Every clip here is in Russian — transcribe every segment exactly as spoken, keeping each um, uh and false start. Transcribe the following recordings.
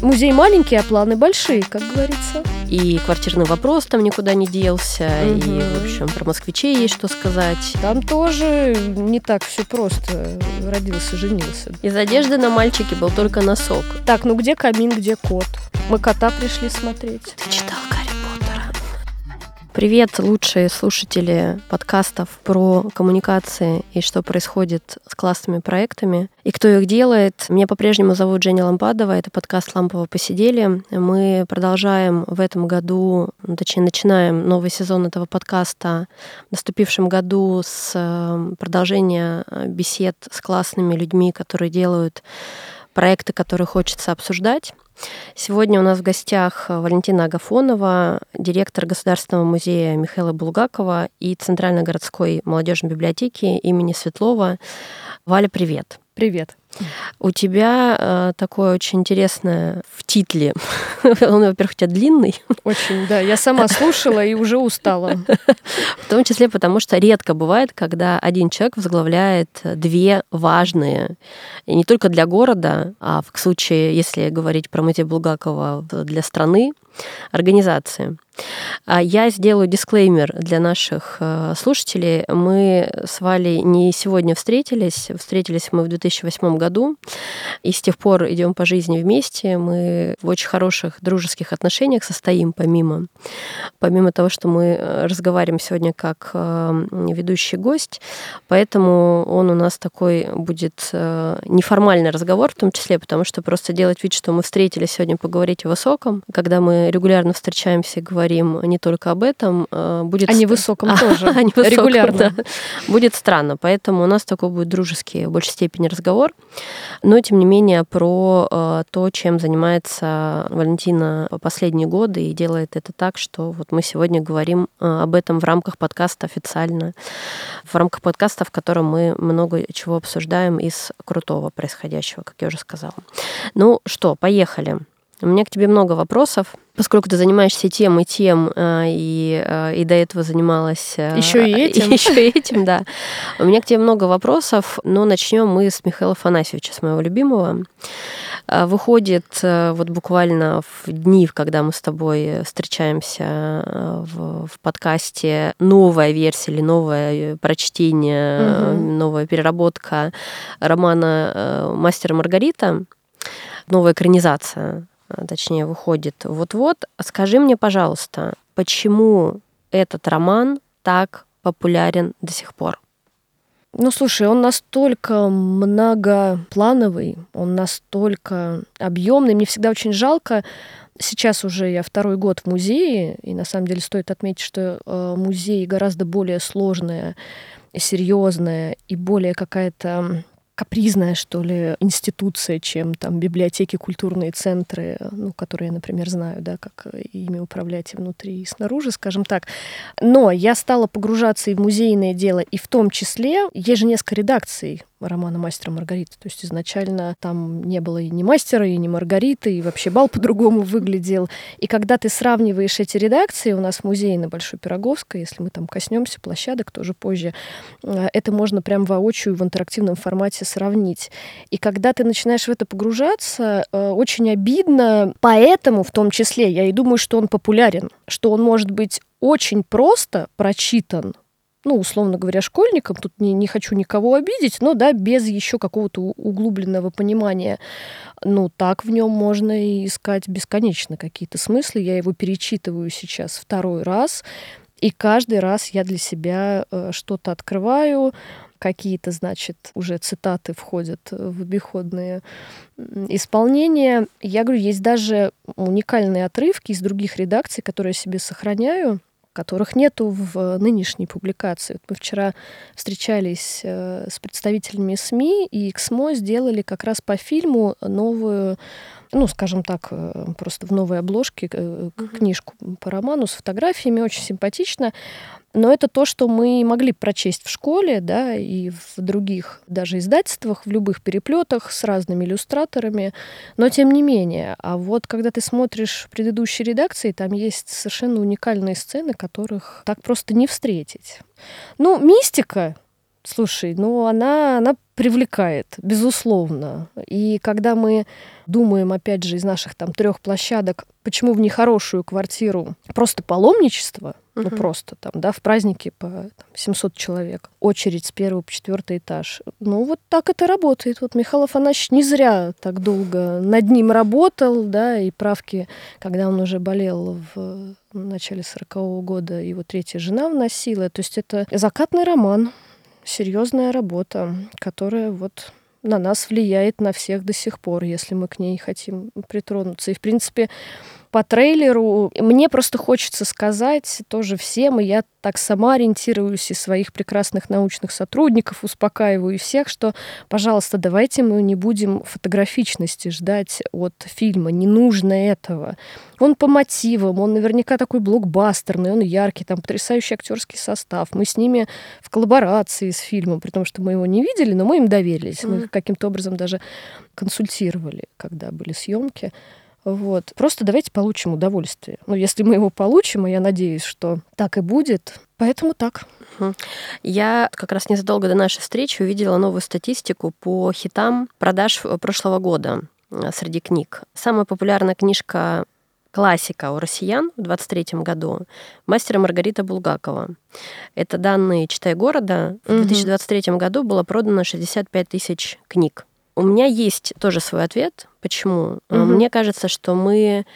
Музей маленький, а планы большие, как говорится. И квартирный вопрос там никуда не делся, Мгм. и, в общем, про москвичей есть что сказать. Там тоже не так все просто. Родился, женился. Из одежды на мальчике был только носок. Так, ну где камин, где кот? Мы кота пришли смотреть. Ты читал Гарри Поттера? Привет, лучшие слушатели подкастов про коммуникации и что происходит с классными проектами и кто их делает. Меня по-прежнему зовут Женя Лампадова, это подкаст «Лампово посидели». Мы продолжаем в этом году, ну, точнее, начинаем новый сезон этого подкаста в наступившем году с продолжения бесед с классными людьми, которые делают проекты, которые хочется обсуждать. Сегодня у нас в гостях Валентина Агафонова, директор Государственного музея Михаила Булгакова и Центральной городской молодежной библиотеки имени Светлова. Валя, привет. Привет. У тебя э, такое очень интересное в титле. Он, во-первых, у тебя длинный. Очень, да. Я сама слушала и уже устала. В том числе потому, что редко бывает, когда один человек возглавляет две важные, и не только для города, а в случае, если говорить про музей Булгакова, для страны, организации. Я сделаю дисклеймер для наших слушателей. Мы с Валей не сегодня встретились. Встретились мы в две тысячи восьмом году. И с тех пор идем по жизни вместе. Мы в очень хороших дружеских отношениях состоим, помимо, помимо того, что мы разговариваем сегодня как ведущий гость. Поэтому он у нас такой будет неформальный разговор в том числе, потому что просто делать вид, что мы встретились сегодня поговорить о высоком, когда мы регулярно встречаемся и говорим не только об этом, будет... О невысоком тоже. О невысоком, регулярно. Да. Будет странно. Поэтому у нас такой будет дружеский в большей степени разговор. Но, тем не менее, про то, чем занимается Валентина последние годы и делает это так, что вот мы сегодня говорим об этом в рамках подкаста официально, в рамках подкаста, в котором мы много чего обсуждаем из крутого происходящего, как я уже сказала. Ну что, поехали. У меня к тебе много вопросов, поскольку ты занимаешься тем и тем, и, и до этого занималась... Еще и этим. Еще и этим, да. У меня к тебе много вопросов, но начнем мы с Михаила Афанасьевича, с моего любимого. Выходит вот буквально в дни, когда мы с тобой встречаемся в, в подкасте, новая версия или новое прочтение, угу. новая переработка романа «Мастер и Маргарита», новая экранизация, точнее, выходит вот-вот. Скажи мне, пожалуйста, почему этот роман так популярен до сих пор? Ну, слушай, он настолько многоплановый, он настолько объемный. Мне всегда очень жалко. Сейчас уже я второй год в музее, и на самом деле стоит отметить, что музей гораздо более сложная, серьезная и более какая-то капризная, что ли, институция, чем там библиотеки, культурные центры, ну, которые я, например, знаю, да, как ими управлять и внутри, и снаружи, скажем так. Но я стала погружаться и в музейное дело, и в том числе есть же несколько редакций романа «Мастер и Маргарита». То есть изначально там не было и ни мастера, и ни Маргариты, и вообще бал по-другому выглядел. И когда ты сравниваешь эти редакции, у нас в музее на Большой Пироговской, если мы там коснемся площадок, тоже позже, это можно прям воочию в интерактивном формате сравнить. И когда ты начинаешь в это погружаться, очень обидно. Поэтому, в том числе, я и думаю, что он популярен, что он может быть очень просто прочитан, ну, условно говоря, школьникам, тут не, не хочу никого обидеть, но, да, без еще какого-то углубленного понимания. Ну, так в нем можно и искать бесконечно какие-то смыслы. Я его перечитываю сейчас второй раз, и каждый раз я для себя э, что-то открываю, какие-то, значит, уже цитаты входят в обиходные исполнения. Я говорю, есть даже уникальные отрывки из других редакций, которые я себе сохраняю, которых нету в нынешней публикации. Вот мы вчера встречались э, с представителями СМИ, и ИКСМО сделали как раз по фильму новую, ну, скажем так, э, просто в новой обложке э, книжку по роману с фотографиями, очень симпатично. Но это то, что мы могли прочесть в школе, да, и в других даже издательствах, в любых переплетах с разными иллюстраторами, но тем не менее. А вот когда ты смотришь предыдущие редакции, там есть совершенно уникальные сцены, которых так просто не встретить. Ну, мистика, Слушай, ну она, она привлекает, безусловно. И когда мы думаем, опять же, из наших там трех площадок, почему в нехорошую квартиру просто паломничество, uh-huh. ну просто там, да, в празднике по там, семьсот человек, очередь с первого по четвертый этаж. Ну вот так это работает. Вот Михаил Афанасьевич не зря так долго над ним работал, да, и правки, когда он уже болел в начале сорокового года, его третья жена вносила. То есть это закатный роман. Серьезная работа, которая вот на нас влияет на всех до сих пор, если мы к ней хотим притронуться. И, в принципе, по трейлеру мне просто хочется сказать тоже всем, и я так сама ориентируюсь из своих прекрасных научных сотрудников, успокаиваю всех, что, пожалуйста, давайте мы не будем фотографичности ждать от фильма, не нужно этого. Он по мотивам, он наверняка такой блокбастерный, он яркий, там потрясающий актерский состав. Мы с ними в коллаборации с фильмом, при том, что мы его не видели, но мы им доверились. Mm-hmm. Мы их каким-то образом даже консультировали, когда были съемки. Вот. Просто давайте получим удовольствие. Ну, если мы его получим, и я надеюсь, что так и будет, поэтому так. Я как раз незадолго до нашей встречи увидела новую статистику по хитам продаж прошлого года среди книг. Самая популярная книжка классика у россиян в двадцать третьем году «Мастер и Маргарита» Булгакова. Это данные «Читай города». В две тысячи двадцать третьем году было продано шестьдесят пять тысяч книг. У меня есть тоже свой ответ. Почему? Угу. Мне кажется, что мы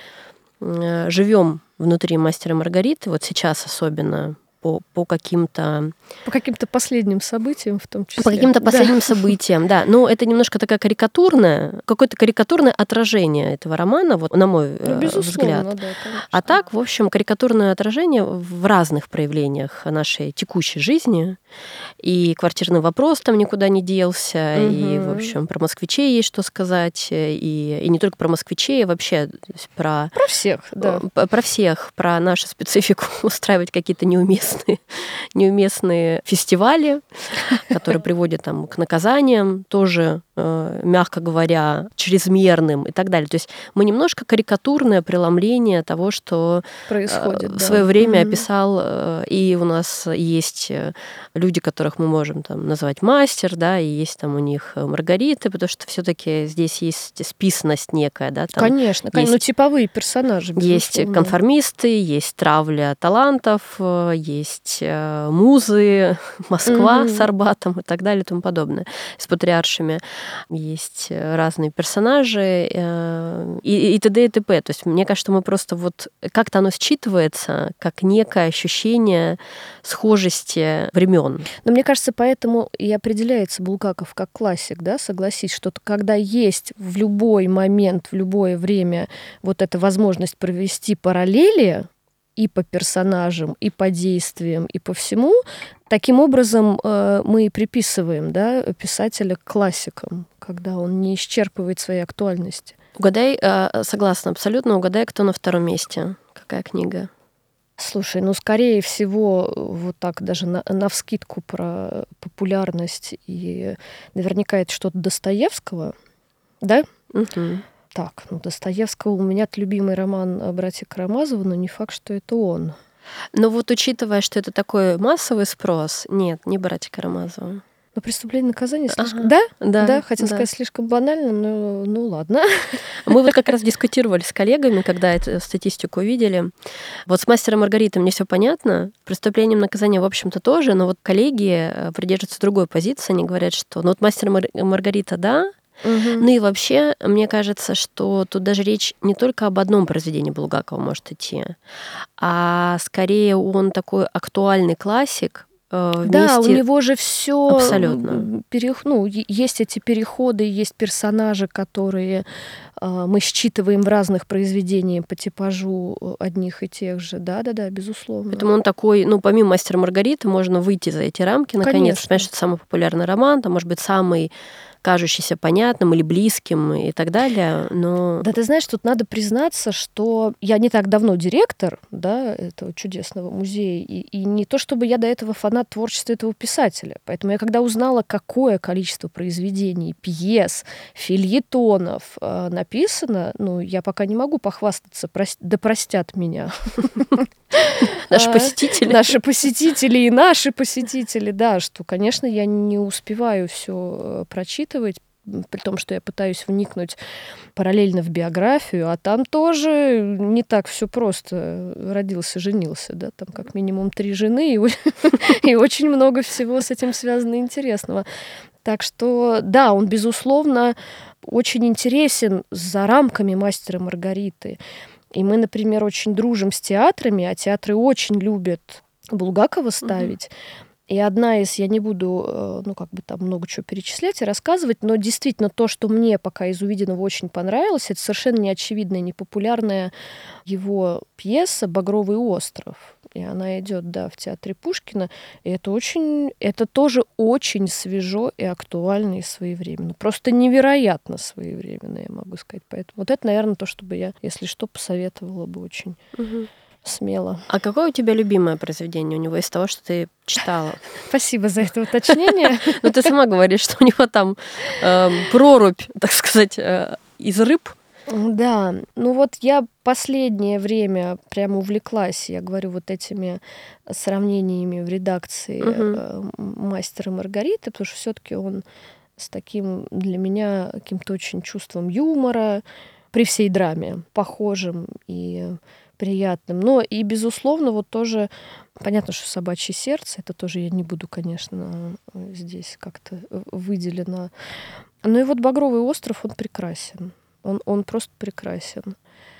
живем внутри «Мастера и Маргариты», вот сейчас особенно, по, по каким-то... По каким-то последним событиям в том числе. По каким-то последним да. событиям, да. Но это немножко такая карикатурная, какое-то карикатурное отражение этого романа, вот на мой ну, взгляд. Да, а так, в общем, карикатурное отражение в разных проявлениях нашей текущей жизни. И квартирный вопрос там никуда не делся, угу. и, в общем, про москвичей есть что сказать, и, и не только про москвичей, а вообще про... Про всех, да. Про всех, про нашу специфику устраивать какие-то неуместные неуместные фестивали, которые приводят там, к наказаниям, тоже, э, мягко говоря, чрезмерным и так далее. То есть мы немножко карикатурное преломление того, что происходит, э, в да. свое время mm-hmm. описал, э, и у нас есть люди, которых мы можем там, назвать мастер, да, и есть там у них Маргариты, потому что все-таки здесь есть списанность некая. Да, там конечно, конечно, есть, ну типовые персонажи. Есть конформисты, есть травля талантов, есть Есть музы, Москва mm-hmm. с Арбатом и так далее и тому подобное, с патриаршами. Есть разные персонажи и, и т.д. и т.п. То есть мне кажется, что мы просто вот как-то оно считывается как некое ощущение схожести времен. Но мне кажется, поэтому и определяется Булгаков как классик, да, согласись, что когда есть в любой момент, в любое время вот эта возможность провести параллели, и по персонажам, и по действиям, и по всему. Таким образом, э, мы и приписываем, да, писателя к классикам, когда он не исчерпывает своей актуальности. Угадай, э, согласна, абсолютно, угадай, кто на втором месте. Какая книга? Слушай, ну, скорее всего, вот так даже на, навскидку про популярность, и наверняка это что-то Достоевского, да? Угу. Так, ну, Достоевского у меня-то любимый роман «Братья Карамазовы», но не факт, что это он. Но вот учитывая, что это такой массовый спрос, нет, не «Братья Карамазовы». Но «Преступление и наказание» слишком... Ага. Да? Да, да? Хотел да. сказать, слишком банально, но ну ладно. Мы вот как раз дискутировали с коллегами, когда эту статистику увидели. Вот с «Мастером и Маргаритой» мне все понятно, «Преступлением и наказанием», в общем-то, тоже, но вот коллеги придерживаются другой позиции, они говорят, что ну вот «Мастер и Маргарита», да, Угу. Ну и вообще, мне кажется, что тут даже речь не только об одном произведении Булгакова может идти, а скорее он такой актуальный классик. Вместе... Да, у него же все абсолютно. Перех... Ну, есть эти переходы, есть персонажи, которые э, мы считываем в разных произведениях по типажу одних и тех же. Да-да-да, безусловно. Поэтому он такой, ну, помимо «Мастера и Маргариты», можно выйти за эти рамки, наконец. Понимаешь, что это самый популярный роман, там, может быть, самый кажущийся понятным или близким и так далее, но... Да, ты знаешь, тут надо признаться, что я не так давно директор, да, этого чудесного музея, и, и не то чтобы я до этого фанат творчества этого писателя. Поэтому я когда узнала, какое количество произведений, пьес, фельетонов э, написано, ну, я пока не могу похвастаться, прос... да простят меня. Наши посетители. Наши посетители и наши посетители, да, что, конечно, я не успеваю все прочитывать, при том, что я пытаюсь вникнуть параллельно в биографию, а там тоже не так все просто. Родился, женился, да, там как минимум три жены, и, и очень много всего с этим связано интересного. Так что, да, он, безусловно, очень интересен за рамками «Мастера и Маргариты». И мы, например, очень дружим с театрами, а театры очень любят Булгакова ставить. Mm-hmm. И одна из, я не буду, ну, как бы там много чего перечислять и рассказывать, но действительно то, что мне пока из увиденного очень понравилось, это совершенно неочевидная, непопулярная его пьеса «Багровый остров». И она идет, да, в театре Пушкина. И это очень, это тоже очень свежо и актуально и своевременно. Просто невероятно своевременно, я могу сказать. Поэтому вот это, наверное, то, что бы я, если что, посоветовала бы очень. Угу. Смело. А какое у тебя любимое произведение у него из того, что ты читала? Спасибо за это уточнение. Ну, ты сама говоришь, что у него там прорубь, так сказать, из рыб. Да, ну вот я последнее время прямо увлеклась, я говорю, вот этими сравнениями в редакции угу. «Мастера и Маргариты», потому что все-таки он с таким для меня каким-то очень чувством юмора при всей драме, похожим и приятным. Но и, безусловно, вот тоже понятно, что «Собачье сердце», это тоже я не буду, конечно, здесь как-то выделено. Но и вот «Багровый остров», он прекрасен. Он, он просто прекрасен.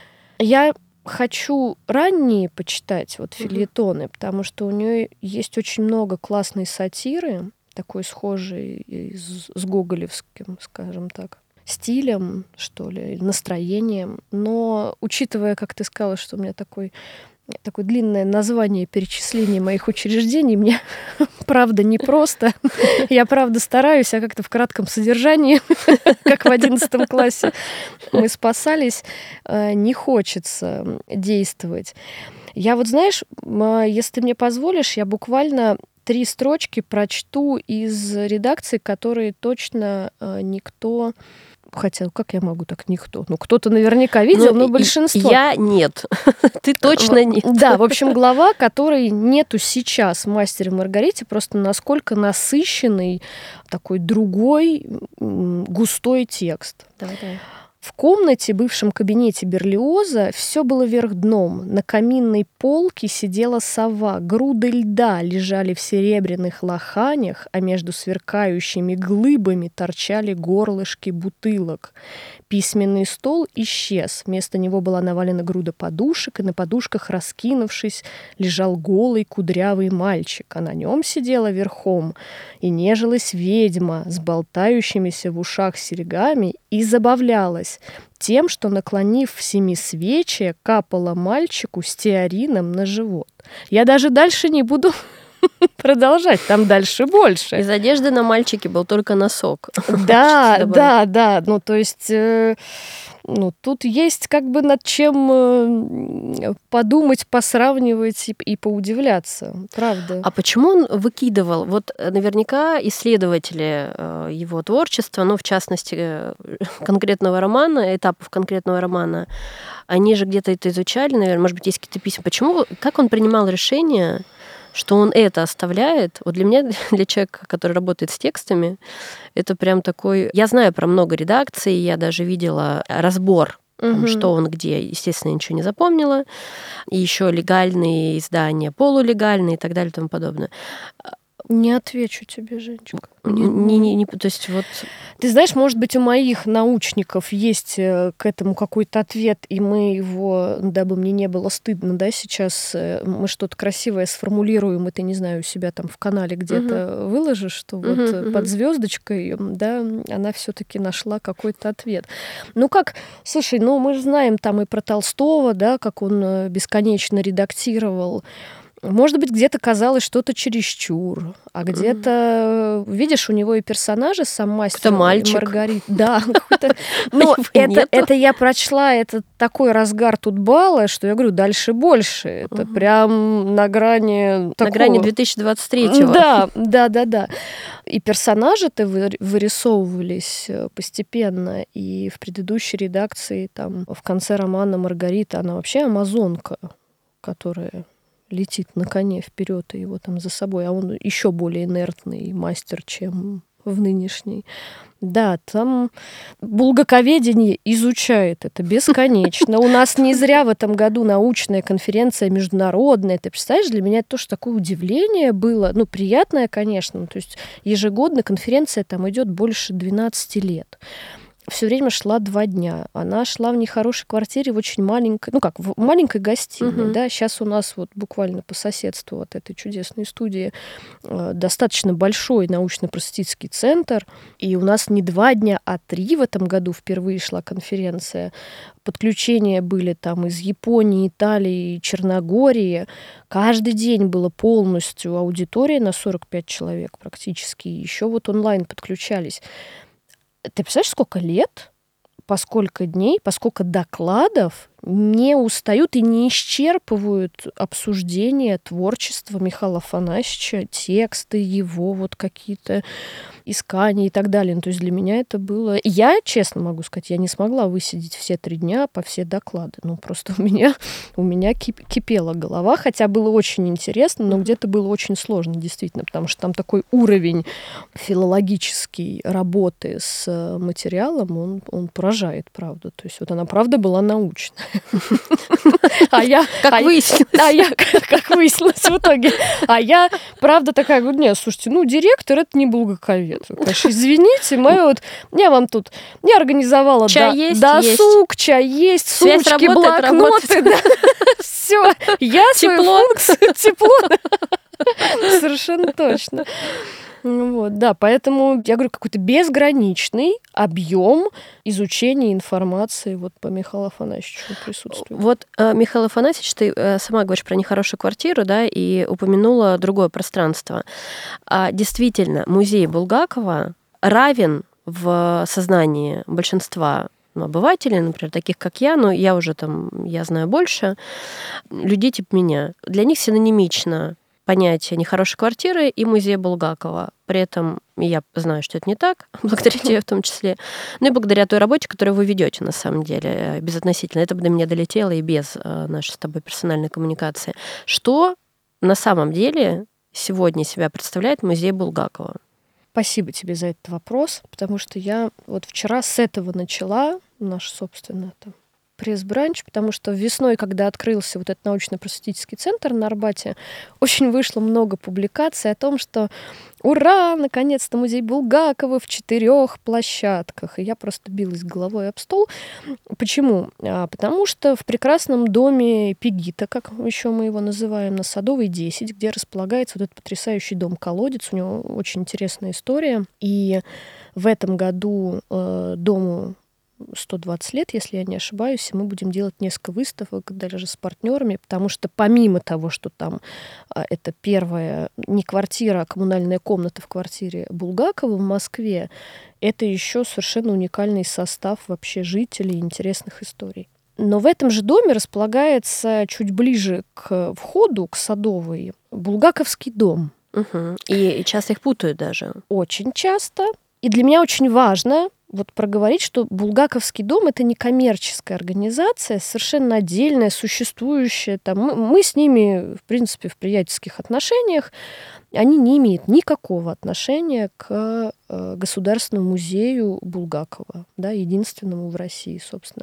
Я хочу ранние почитать вот фельетоны, mm-hmm. потому что у нее есть очень много классной сатиры, такой схожей с, с гоголевским, скажем так, стилем, что ли, настроением. Но учитывая, как ты сказала, что у меня такой, такое длинное название перечисления моих учреждений, мне правда непросто. Я правда стараюсь, а как-то в кратком содержании, как в одиннадцатом классе мы спасались, не хочется действовать. Я вот, знаешь, если ты мне позволишь, я буквально три строчки прочту из редакции, которые точно никто... Хотя, как я могу так никто? Ну, кто-то наверняка видел, ну, но большинство... Я нет. Ты точно нет. Да, в общем, глава, которой нету сейчас в «Мастере и Маргарите», просто насколько насыщенный такой другой густой текст. Да-да. В комнате, бывшем кабинете Берлиоза, все было вверх дном. На каминной полке сидела сова. Груды льда лежали в серебряных лоханях, а между сверкающими глыбами торчали горлышки бутылок. Письменный стол исчез. Вместо него была навалена груда подушек, и на подушках, раскинувшись, лежал голый кудрявый мальчик, а на нем сидела верхом и нежилась ведьма с болтающимися в ушах серьгами и забавлялась тем, что, наклонив в семисвечие, капала мальчику стеарином на живот. Я даже дальше не буду продолжать, там дальше больше. Из одежды на мальчике был только носок. Да, да, да. Ну, то есть, э, ну, тут есть как бы над чем э, подумать, посравнивать и, и поудивляться. Правда. А почему он выкидывал? Вот наверняка исследователи э, его творчества, ну, в частности, э, конкретного романа, этапов конкретного романа, они же где-то это изучали, наверное, может быть, есть какие-то письма. Почему, как он принимал решение, что он это оставляет? Вот для меня, для человека, который работает с текстами, это прям такой... Я знаю про много редакций, я даже видела разбор, там, угу. что он где. Естественно, я ничего не запомнила. И еще легальные издания, полулегальные и так далее и тому подобное. Не отвечу тебе, Женечка. Не, не, не, то есть вот... Ты знаешь, может быть, у моих научников есть к этому какой-то ответ, и мы его, дабы мне не было стыдно, да, сейчас мы что-то красивое сформулируем, и ты, не знаю, у себя там в канале где-то угу. выложишь, что угу, вот угу. под звездочкой, да, она все-таки нашла какой-то ответ. Ну как, слушай, ну мы же знаем там и про Толстого, да, как он бесконечно редактировал. Может быть, где-то казалось что-то чересчур, а где-то, mm. видишь, у него и персонажи сам мастер и Маргарита. Да, какой-то... Но это, это я прочла, это такой разгар тут бала, что я говорю, дальше больше. Это uh-huh. прям на грани такого... На грани две тысячи двадцать третьего. Да, да, да, да. И персонажи-то вырисовывались постепенно, и в предыдущей редакции, там, в конце романа Маргарита, она вообще амазонка, которая... летит на коне вперед и его там за собой, а он еще более инертный мастер, чем в нынешней. Да, там булгаковедение изучает это бесконечно. У нас не зря в этом году научная конференция международная. Ты представляешь, для меня это тоже такое удивление было. Ну, приятное, конечно. То есть ежегодно конференция там идет больше двенадцати лет. Все время шла два дня. Она шла в нехорошей квартире в очень маленькой, ну как, в маленькой гостиной, uh-huh. да. Сейчас у нас вот буквально по соседству от этой чудесной студии э, достаточно большой научно-просветительский центр, и у нас не два дня, а три в этом году впервые шла конференция. Подключения были там из Японии, Италии, Черногории. Каждый день было полностью аудитория на сорок пять человек практически. Еще вот онлайн подключались. Ты представляешь, сколько лет, по сколько дней, по сколько докладов не устают и не исчерпывают обсуждение творчества Михаила Афанасьевича, тексты его, вот какие-то искания и так далее. Ну, то есть для меня это было... Я, честно могу сказать, я не смогла высидеть все три дня по все доклады. Ну, просто у меня, у меня кип- кипела голова, хотя было очень интересно, но где-то было очень сложно, действительно, потому что там такой уровень филологический работы с материалом, он, он поражает, правда. То есть вот она, правда, была научная. А я... Как выяснилось. А я, как выяснилось в итоге. А я, правда, такая, говорю, нет, слушайте, ну, директор — это не булгаковед. Конечно, извините, мы вот... Я вам тут... Я организовала чай до, есть, досуг, есть. Чай есть, связь сумочки, работает, блокноты. Да. Все. Я тепло. Функцию, тепло. Совершенно точно. Вот, да, поэтому я говорю, какой-то безграничный объем изучения информации вот по Михаилу Афанасьевичу присутствует. Вот, э, Михаил Афанасьевич, ты э, сама говоришь про нехорошую квартиру, да, и упомянула другое пространство. А, действительно, музей Булгакова равен в сознании большинства обывателей, например, таких как я, но я уже там, я знаю больше, людей типа меня. Для них синонимично понятие нехорошей квартиры и музея Булгакова. При этом я знаю, что это не так, благодаря тебе в том числе. Ну и благодаря той работе, которую вы ведете, на самом деле, безотносительно. Это бы до меня долетело и без нашей с тобой персональной коммуникации. Что на самом деле сегодня себя представляет музей Булгакова? Спасибо тебе за этот вопрос, потому что я вот вчера с этого начала наш, собственно, там, пресс-бранч, потому что весной, когда открылся вот этот научно-просветительский центр на Арбате, очень вышло много публикаций о том, что ура, наконец-то музей Булгакова в четырех площадках. И я просто билась головой об стол. Почему? А, потому что в прекрасном доме Пегита, как еще мы его называем, на Садовой десять, где располагается вот этот потрясающий дом-колодец, у него очень интересная история. И в этом году э, дому сто двадцать лет, если я не ошибаюсь, и мы будем делать несколько выставок даже с партнерами, потому что помимо того, что там а, это первая не квартира, а коммунальная комната в квартире Булгакова в Москве, это еще совершенно уникальный состав вообще жителей, интересных историй. Но в этом же доме располагается чуть ближе к входу, к Садовой, Булгаковский дом. Угу. И часто их путают даже. Очень часто. И для меня очень важно вот проговорить, что Булгаковский дом — это не коммерческая организация, совершенно отдельная, существующая. Там, мы, мы с ними, в принципе, в приятельских отношениях. Они не имеют никакого отношения к э, Государственному музею Булгакова, да, единственному в России, собственно.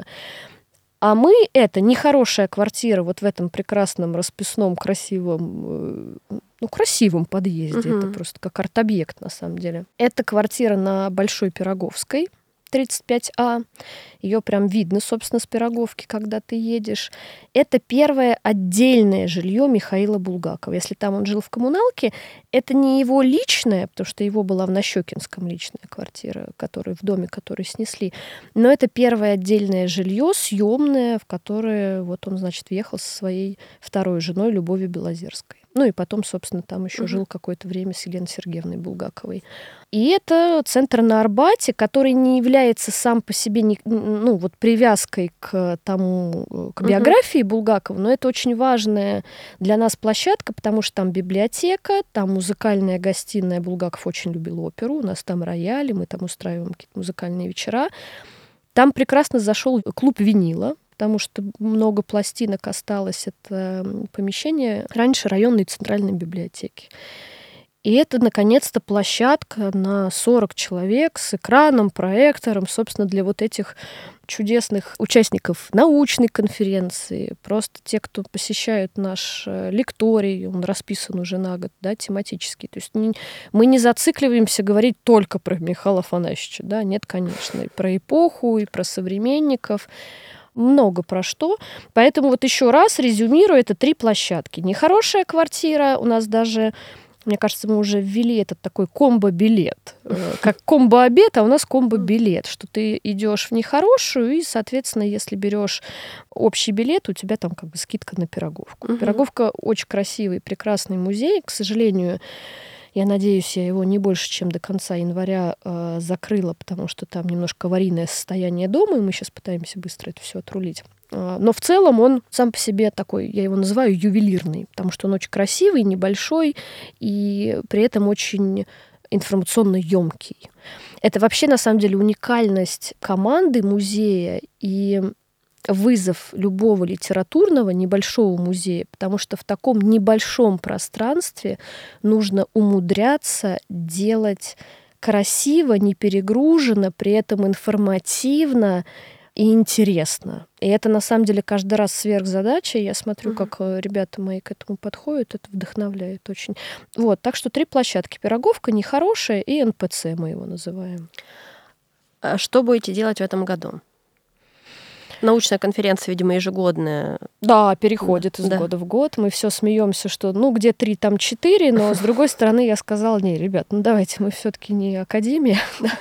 А мы — это нехорошая квартира вот в этом прекрасном, расписном, красивом, э, ну, красивом подъезде. Uh-huh. Это просто как арт-объект, на самом деле. Это квартира на Большой Пироговской, тридцать пять А. Ее прям видно, собственно, с Пироговки, когда ты едешь. Это первое отдельное жилье Михаила Булгакова. Если там он жил в коммуналке, это не его личное, потому что его была в Нащекинском личная квартира, которую, в доме, который снесли. Но это первое отдельное жилье, съемное, в которое вот он, значит, въехал со своей второй женой Любовью Белозерской. Ну и потом, собственно, там еще uh-huh. жил какое-то время с Еленой Сергеевной Булгаковой. И это центр на Арбате, который не является сам по себе не, ну, вот привязкой к тому, к биографии uh-huh. Булгакова, но это очень важная для нас площадка, потому что там библиотека, там музыкальная гостиная. Булгаков очень любил оперу, у нас там рояли, мы там устраиваем какие-то музыкальные вечера. Там прекрасно зашел клуб винила, потому что много пластинок осталось. Это помещение раньше районной центральной библиотеки. И это, наконец-то, площадка на сорок человек с экраном, проектором, собственно, для вот этих чудесных участников научной конференции, просто те, кто посещают наш лекторий, он расписан уже на год, да, тематически. То есть не, мы не зацикливаемся говорить только про Михаила Афанасьевича, да, нет, конечно, и про эпоху, и про современников, много про что. Поэтому вот еще раз резюмирую, это три площадки. Нехорошая квартира, у нас даже... Мне кажется, мы уже ввели этот такой комбо-билет. Как комбо-обед, а у нас комбо-билет, что ты идешь в нехорошую, и, соответственно, если берешь общий билет, у тебя там как бы скидка на Пироговку. Угу. Пироговка очень красивый, прекрасный музей. К сожалению, я надеюсь, я его не больше, чем до конца января э, закрыла, потому что там немножко аварийное состояние дома, и мы сейчас пытаемся быстро это все отрулить. Но в целом он сам по себе такой, я его называю ювелирный, потому что он очень красивый, небольшой и при этом очень информационно ёмкий. Это вообще, на самом деле, уникальность команды музея и вызов любого литературного небольшого музея, потому что в таком небольшом пространстве нужно умудряться делать красиво, не перегружено, при этом информативно и интересно. И это, на самом деле, каждый раз сверхзадача. Я смотрю, mm-hmm. как ребята мои к этому подходят. Это вдохновляет очень. Вот, так что три площадки. Пироговка, Нехорошая и эн пэ цэ мы его называем. А что будете делать в этом году? Научная конференция, видимо, ежегодная. Да, переходит да. из да. года в год. Мы все смеемся, что ну где три, там четыре, но с другой стороны я сказала, не, ребят, ну давайте, мы все-таки не академия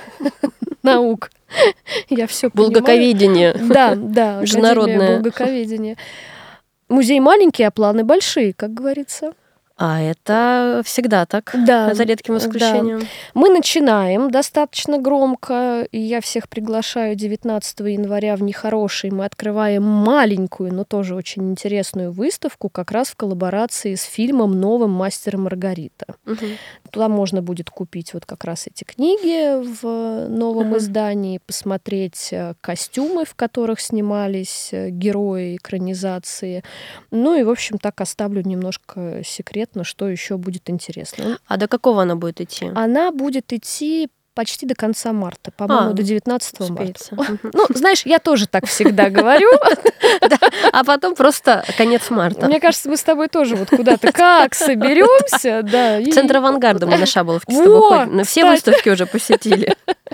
наук. Я все понимаю. Булгаковедение. Да, да, международное. Булгаковедение. Музей маленький, а планы большие, как говорится. А это всегда так, да, за редким исключением. Да. Мы начинаем достаточно громко, и я всех приглашаю девятнадцатого января в Нехороший. Мы открываем маленькую, но тоже очень интересную выставку, как раз в коллаборации с фильмом новым «Мастер и Маргарита». Угу. Туда можно будет купить вот как раз эти книги в новом угу. издании, посмотреть костюмы, в которых снимались герои экранизации. Ну и, в общем, так оставлю немножко секрет, что еще будет интересно. А до какого она будет идти? Она будет идти почти до конца марта, по-моему, а, до девятнадцатого марта. Ну, знаешь, я тоже так всегда говорю. А потом просто конец марта. Мне кажется, мы с тобой тоже вот куда-то как соберемся. В центр авангарда мы на Шаболовке с тобой ходим. Все выставки уже посетили.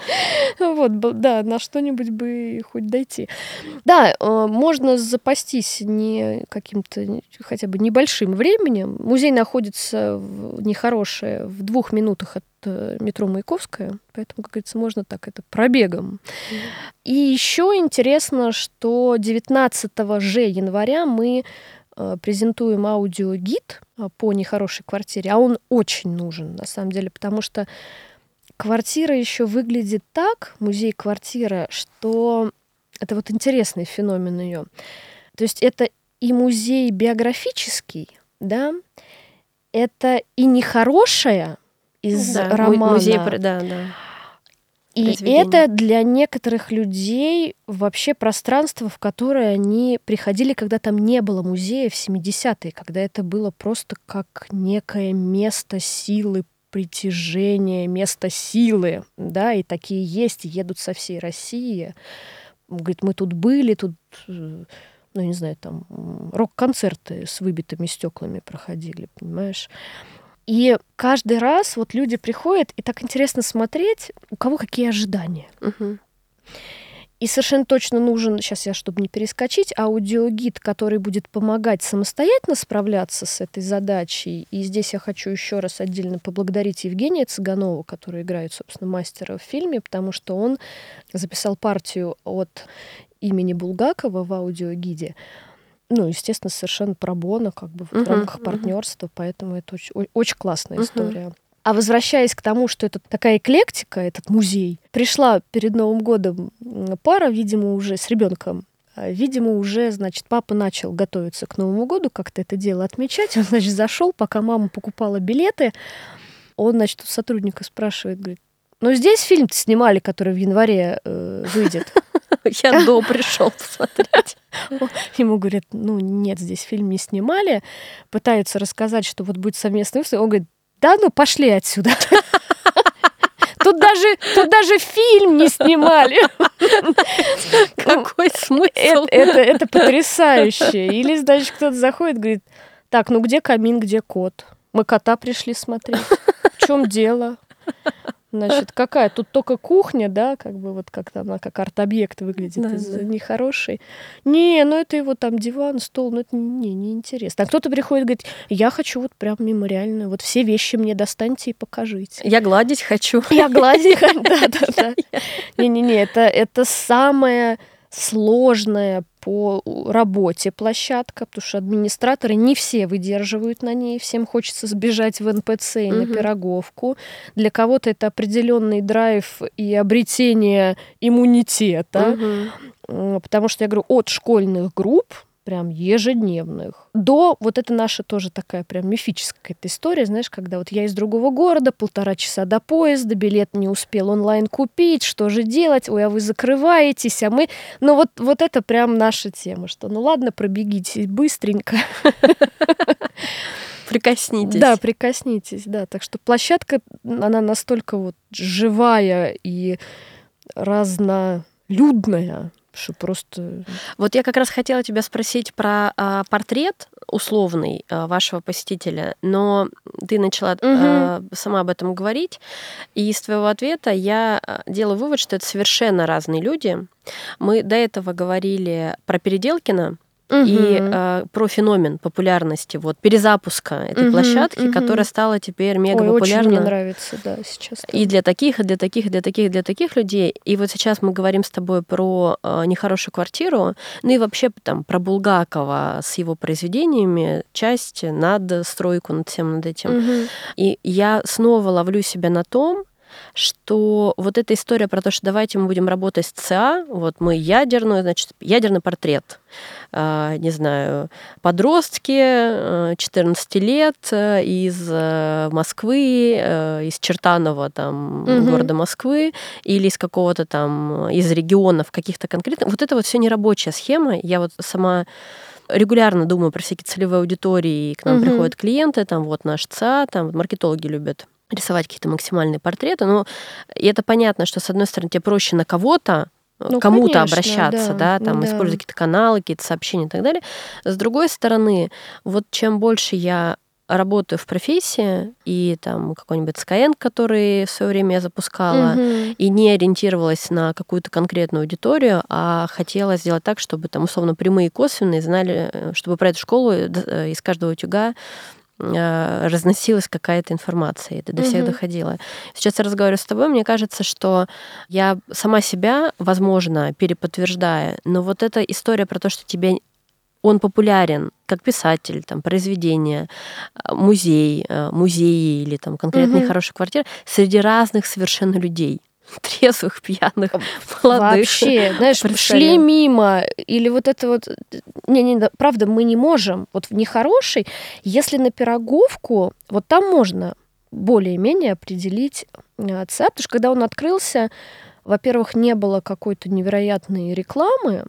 Вот, да, на что-нибудь бы хоть дойти. Да, можно запастись не каким-то хотя бы небольшим временем. Музей находится в Нехорошее в двух минутах от метро Маяковская, поэтому, как говорится, можно так это пробегом. Mm. И еще интересно, что девятнадцатого же января мы э, презентуем аудиогид по Нехорошей квартире, а он очень нужен, на самом деле, потому что квартира еще выглядит так, музей-квартира, что это вот интересный феномен ее. То есть это и музей биографический, да, это и нехорошая, из да, романа. Музей, да, да. И это для некоторых людей вообще пространство, в которое они приходили, когда там не было музея в семидесятые, когда это было просто как некое место силы, притяжения, место силы, да, и такие есть, едут со всей России. Говорит, мы тут были, тут, ну, не знаю, там рок-концерты с выбитыми стеклами проходили, понимаешь? И каждый раз вот люди приходят, и так интересно смотреть, у кого какие ожидания. Угу. И совершенно точно нужен, сейчас я, чтобы не перескочить, аудиогид, который будет помогать самостоятельно справляться с этой задачей. И здесь я хочу еще раз отдельно поблагодарить Евгения Цыганова, который играет, собственно, мастера в фильме, потому что он записал партию от имени Булгакова в аудиогиде. Ну, естественно, совершенно пробона, как бы в uh-huh, рамках партнерства, uh-huh. поэтому это очень, очень классная uh-huh. история. А возвращаясь к тому, что это такая эклектика, этот музей, пришла перед Новым годом пара, видимо, уже с ребенком. Видимо, уже, значит, папа начал готовиться к Новому году, как-то это дело отмечать. Он, значит, зашел, пока мама покупала билеты. Он, значит, у сотрудника спрашивает, говорит, ну, здесь фильм-то снимали, который в январе э, выйдет. Я до пришел посмотреть. Ему говорят, ну нет, здесь фильм не снимали. Пытаются рассказать, что вот будет совместный выпуск. Он говорит, да ну пошли отсюда. Тут даже, тут даже фильм не снимали. Какой смысл? Это, это, это потрясающе. Или, значит, кто-то заходит, говорит, так, ну где камин, где кот? Мы кота пришли смотреть. В чем дело? Значит, какая? Тут только кухня, да, как бы вот как-то она как арт-объект выглядит, Да, из- да. нехороший. Не, ну это его там диван, стол, ну это не, не интересно. А кто-то приходит и говорит, я хочу вот прям мемориальную, вот все вещи мне достаньте и покажите. Я гладить хочу. Я гладить, да-да-да. Не-не-не, это, это самое сложное по работе площадка, потому что администраторы не все выдерживают на ней, всем хочется сбежать в эн пэ цэ и на Мгм. Пироговку. Для кого-то это определенный драйв и обретение иммунитета, Мгм. М, потому что я говорю, от школьных групп, прям ежедневных, до вот это наша тоже такая прям мифическая какая-то история, знаешь, когда вот я из другого города, полтора часа до поезда, билет не успел онлайн купить, что же делать? Ой, а вы закрываетесь, а мы... Ну вот, вот это прям наша тема, что ну ладно, пробегите быстренько. Прикоснитесь. Да, прикоснитесь, да. Так что площадка, она настолько вот живая и разнолюдная, что просто... Вот я как раз хотела тебя спросить про а, портрет условный а, вашего посетителя, но ты начала а, сама об этом говорить, и из твоего ответа я а, делаю вывод, что это совершенно разные люди. Мы до этого говорили про Переделкина и Мгм. а, про феномен популярности, вот перезапуска этой Мгм, площадки, мгм. которая стала теперь мега Ой, очень мне популярна. нравится, да, сейчас. И там. для таких, и для таких, и для таких, и для таких людей. И вот сейчас мы говорим с тобой про э, «Нехорошую квартиру», ну и вообще там про Булгакова с его произведениями, часть над стройку, над всем над этим. Мгм. И я снова ловлю себя на том, что вот эта история про то, что давайте мы будем работать с ЦА, вот мы ядерную, значит, ядерный портрет, а, не знаю, подростки э, четырнадцати лет э, из э, Москвы, э, из Чертанова, там, Мгм. города Москвы, или из какого-то там, из регионов каких-то конкретных. Вот это вот все нерабочая схема. Я вот сама регулярно думаю про всякие целевые аудитории, и к нам Мгм. приходят клиенты, там вот наш ЦА, там вот маркетологи любят рисовать какие-то максимальные портреты. Но и это понятно, что, с одной стороны, тебе проще на кого-то, Ну, кому-то конечно, обращаться, да, да, там да. использовать какие-то каналы, какие-то сообщения и так далее. С другой стороны, вот чем больше я работаю в профессии, и там какой-нибудь Skyeng, который в свое время я запускала, Мгм. и не ориентировалась на какую-то конкретную аудиторию, а хотела сделать так, чтобы там условно прямые и косвенные знали, э, чтобы про эту школу э, из каждого утюга э, разносилась какая-то информация, это до всех Мгм. доходило. Сейчас я разговариваю с тобой, мне кажется, что я сама себя, возможно, переподтверждая, но вот эта история про то, что тебе он популярен как писатель, там, произведения, а, музей, а, музеи или там конкретные Мгм. хорошие квартиры среди разных совершенно людей. Трезвых, пьяных, молодых. Вообще, знаешь, шли Представляю. мимо, или вот это вот... Не-не, да, правда, мы не можем. Вот в нехорошей, если на Пироговку, вот там можно более-менее определить э, ЦА, потому что когда он открылся, во-первых, не было какой-то невероятной рекламы.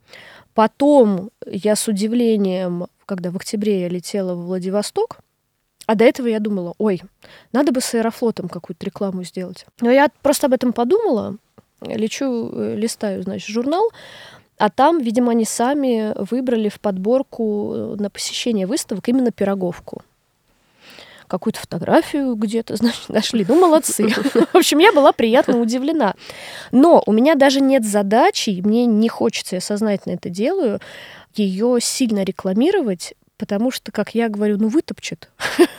Потом я с удивлением, когда в октябре я летела в Владивосток, а до этого я думала, ой, надо бы с Аэрофлотом какую-то рекламу сделать. Но я просто об этом подумала, лечу, э, листаю, значит, журнал, а там, видимо, они сами выбрали в подборку э, на посещение выставок именно Пироговку. Какую-то фотографию где-то, значит, нашли. Ну, молодцы. В общем, я была приятно удивлена. Но у меня даже нет задачи, и мне не хочется, я сознательно это делаю, ее сильно рекламировать, потому что, как я говорю, ну, вытопчет.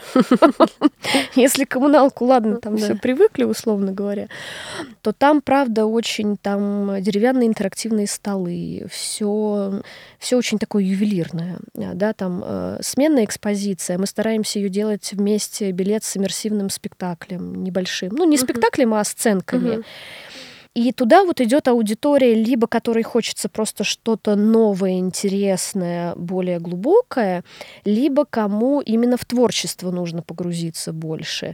Если коммуналку, ладно, там Да. все привыкли, условно говоря, то там, правда, очень там деревянные интерактивные столы, все, все очень такое ювелирное, да, там э, сменная экспозиция, мы стараемся ее делать вместе билет с иммерсивным спектаклем небольшим, ну, не Мгм. спектаклем, а сценками. Мгм. И туда вот идет аудитория, либо которой хочется просто что-то новое, интересное, более глубокое, либо кому именно в творчество нужно погрузиться больше.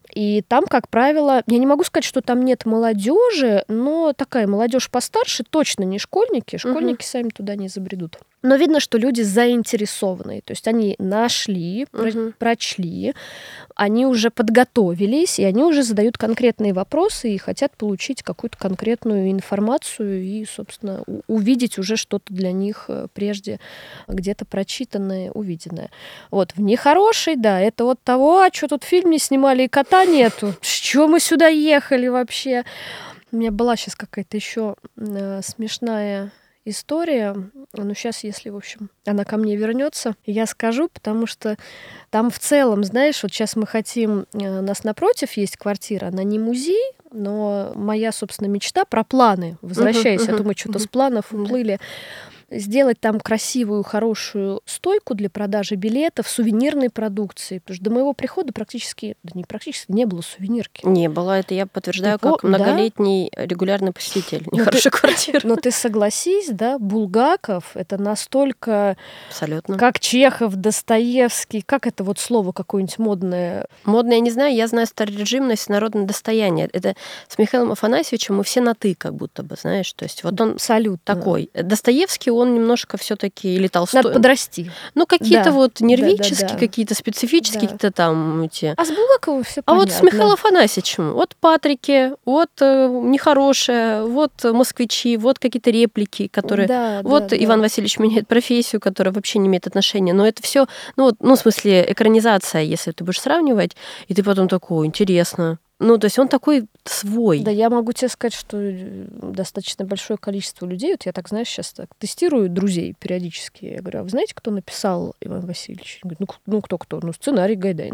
И там, как правило, я не могу сказать, что там нет молодежи, но такая молодежь постарше, точно не школьники. Школьники угу. сами туда не забредут. Но видно, что люди заинтересованные. То есть они нашли, угу. про- прочли, они уже подготовились, и они уже задают конкретные вопросы и хотят получить какую-то конкретную информацию и, собственно, у- увидеть уже что-то для них прежде где-то прочитанное, увиденное. Вот, в нехороший, да, это вот того, а что тут фильм не снимали и кота нету. С чего мы сюда ехали вообще? У меня была сейчас какая-то еще э, смешная история. Ну, сейчас, если, в общем, она ко мне вернется, я скажу, потому что там в целом, знаешь, вот сейчас мы хотим... У нас напротив есть квартира, она не музей, но моя, собственно, мечта про планы, возвращаясь, uh-huh, uh-huh, а то мы что-то uh-huh. с планов уплыли, сделать там красивую, хорошую стойку для продажи билетов, сувенирной продукции. Потому что до моего прихода практически, да не практически, не было сувенирки. Не было, это я подтверждаю, ты, как многолетний да? регулярный посетитель нехорошей квартиры. Но ты согласись, да, Булгаков — это настолько... Абсолютно. Как Чехов, Достоевский, как это вот слово какое-нибудь модное? Модное я не знаю, я знаю старорежимность, народное достояние. Это с Михаилом Афанасьевичем мы все на «ты», как будто бы, знаешь. То есть вот он абсолютно такой. Достоевский, он немножко все-таки или Толстой. Надо подрасти. Ну, какие-то да. вот нервические, да, да, да. какие-то специфические, да. какие-то там эти. А с Булгаковым все а понятно. А вот с Михаилом Афанасьевичем, вот Патрики, вот э, нехорошее, вот москвичи, вот какие-то реплики, которые... Да, вот да, Иван да. Васильевич меняет профессию, которая вообще не имеет отношения. Но это все, ну, вот, ну, в смысле, экранизация, если ты будешь сравнивать, и ты потом такой, интересно. Ну, то есть он такой свой. Да, я могу тебе сказать, что достаточно большое количество людей, вот я так, знаешь, сейчас так тестирую друзей периодически. Я говорю, а вы знаете, кто написал Иван Васильевич? Он говорит, ну, кто-кто? Ну, сценарий Гайдай.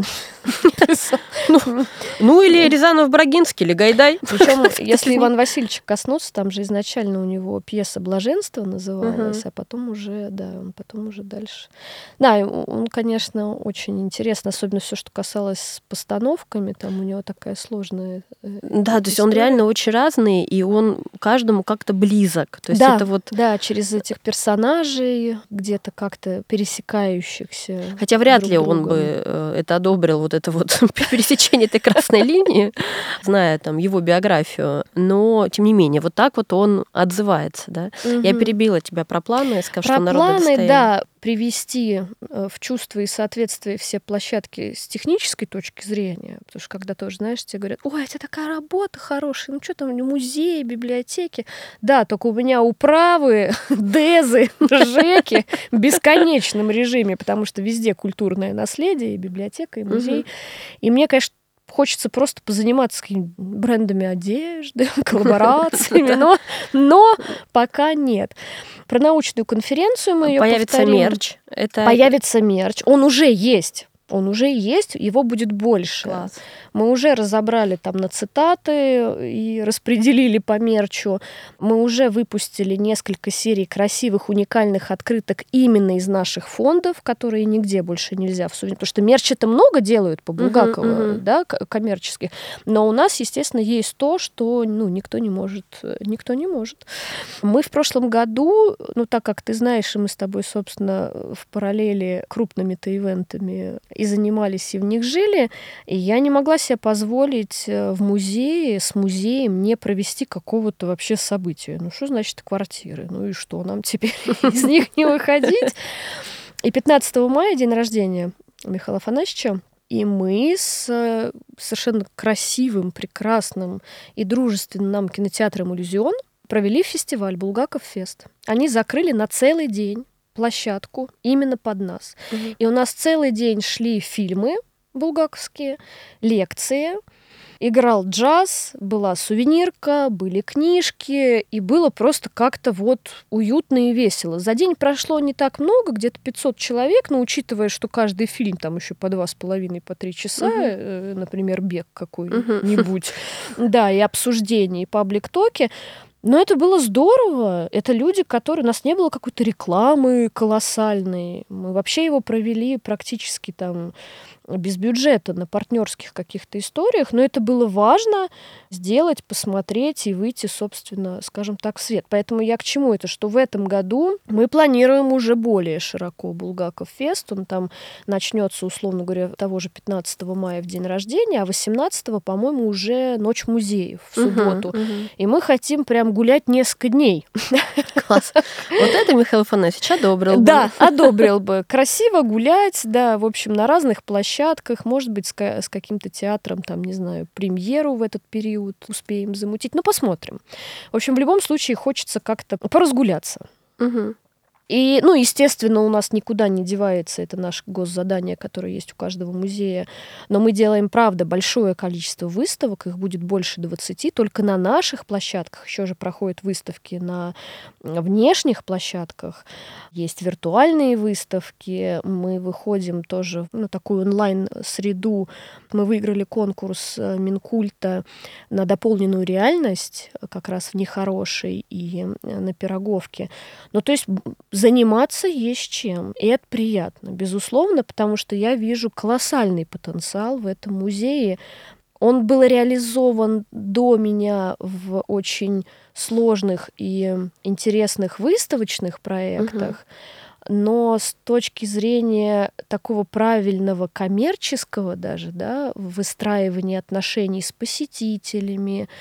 Ну, или Рязанов Брагинский, или Гайдай. Причем, если Иван Васильевич коснуться, там же изначально у него пьеса «Блаженство» называлась, а потом уже, да, он потом уже дальше. Да, он, конечно, очень интересно, особенно все, что касалось с постановками, там у него такая сложная Да, то есть он реально очень разный, и он каждому как-то близок. То есть да, это вот... да, через этих персонажей, где-то как-то пересекающихся. Хотя вряд друг ли другом. он бы это одобрил, вот это вот пересечение этой красной линии, зная там его биографию. Но, тем не менее, вот так вот он отзывается, да. Я перебила тебя про планы, сказав, что народное достояние. Про планы, да, привести в чувство и соответствие все площадки с технической точки зрения, потому что когда тоже, знаешь, тебе говорят, ой, это такая работа хорошая, ну что там, музеи, библиотеки. Да, только у меня управы, дэзы, жеки в бесконечном режиме, потому что везде культурное наследие, и библиотека, и музей. И мне, конечно, хочется просто позаниматься какими-то брендами одежды, коллаборациями, но, но пока нет. Про научную конференцию мы ее Появится повторим. мерч. Это... Появится мерч. Он уже есть. Он уже есть, его будет больше. Класс. Мы уже разобрали там на цитаты и распределили по мерчу. Мы уже выпустили несколько серий красивых, уникальных открыток именно из наших фондов, которые нигде больше нельзя всунуть. Потому что мерча-то много делают по Булгакову, uh-huh, uh-huh. да, коммерческих. Но у нас, естественно, есть то, что ну, никто не может. Никто не может. Мы в прошлом году, ну так как ты знаешь, и мы с тобой, собственно, в параллели крупными-то ивентами и занимались, и в них жили, и я не могла себе позволить в музее, с музеем не провести какого-то вообще события. Ну, что значит квартиры? Ну и что, нам теперь из них не выходить? И пятнадцатого мая, день рождения Михаила Афанасьевича, и мы с совершенно красивым, прекрасным и дружественным нам кинотеатром «Иллюзион» провели фестиваль «Булгаков Фест». Они закрыли на целый день площадку именно под нас. Угу. И у нас целый день шли фильмы булгаковские, лекции, играл джаз, была сувенирка, были книжки, и было просто как-то вот уютно и весело. За день прошло не так много, где-то пятьсот человек, но учитывая, что каждый фильм там еще по два с половиной, по три часа, угу. э, например, «Бег» какой-нибудь, угу. да, и обсуждения, и паблик-токи. Но это было здорово. Это люди, которые... У нас не было какой-то рекламы колоссальной. Мы вообще его провели практически там без бюджета, на партнерских каких-то историях, но это было важно сделать, посмотреть и выйти, собственно, скажем так, в свет. Поэтому я к чему это? Что в этом году мы планируем уже более широко Булгаков фест. Он там начнется, условно говоря, того же пятнадцатого мая в день рождения, а восемнадцатого, по-моему, уже Ночь музеев в субботу. Uh-huh, uh-huh. И мы хотим прям гулять несколько дней. Класс. Вот это Михаил Афанасьевич одобрил бы. Да, одобрил бы. Красиво гулять, да, в общем, на разных площадках, может быть, с, с каким-то театром, там, не знаю, премьеру в этот период успеем замутить. Ну, посмотрим. В общем, в любом случае хочется как-то поразгуляться. Угу. И, ну, естественно, у нас никуда не девается, это наше госзадание, которое есть у каждого музея, но мы делаем, правда, большое количество выставок, их будет больше двадцати, только на наших площадках, еще же проходят выставки на внешних площадках, есть виртуальные выставки, мы выходим тоже в ну, такую онлайн-среду, мы выиграли конкурс Минкульта на дополненную реальность, как раз в Нехорошей и на Пироговке, ну, то есть заниматься есть чем, и это приятно, безусловно, потому что я вижу колоссальный потенциал в этом музее. Он был реализован до меня в очень сложных и интересных выставочных проектах, угу. но с точки зрения такого правильного коммерческого даже, да, выстраивания отношений с посетителями,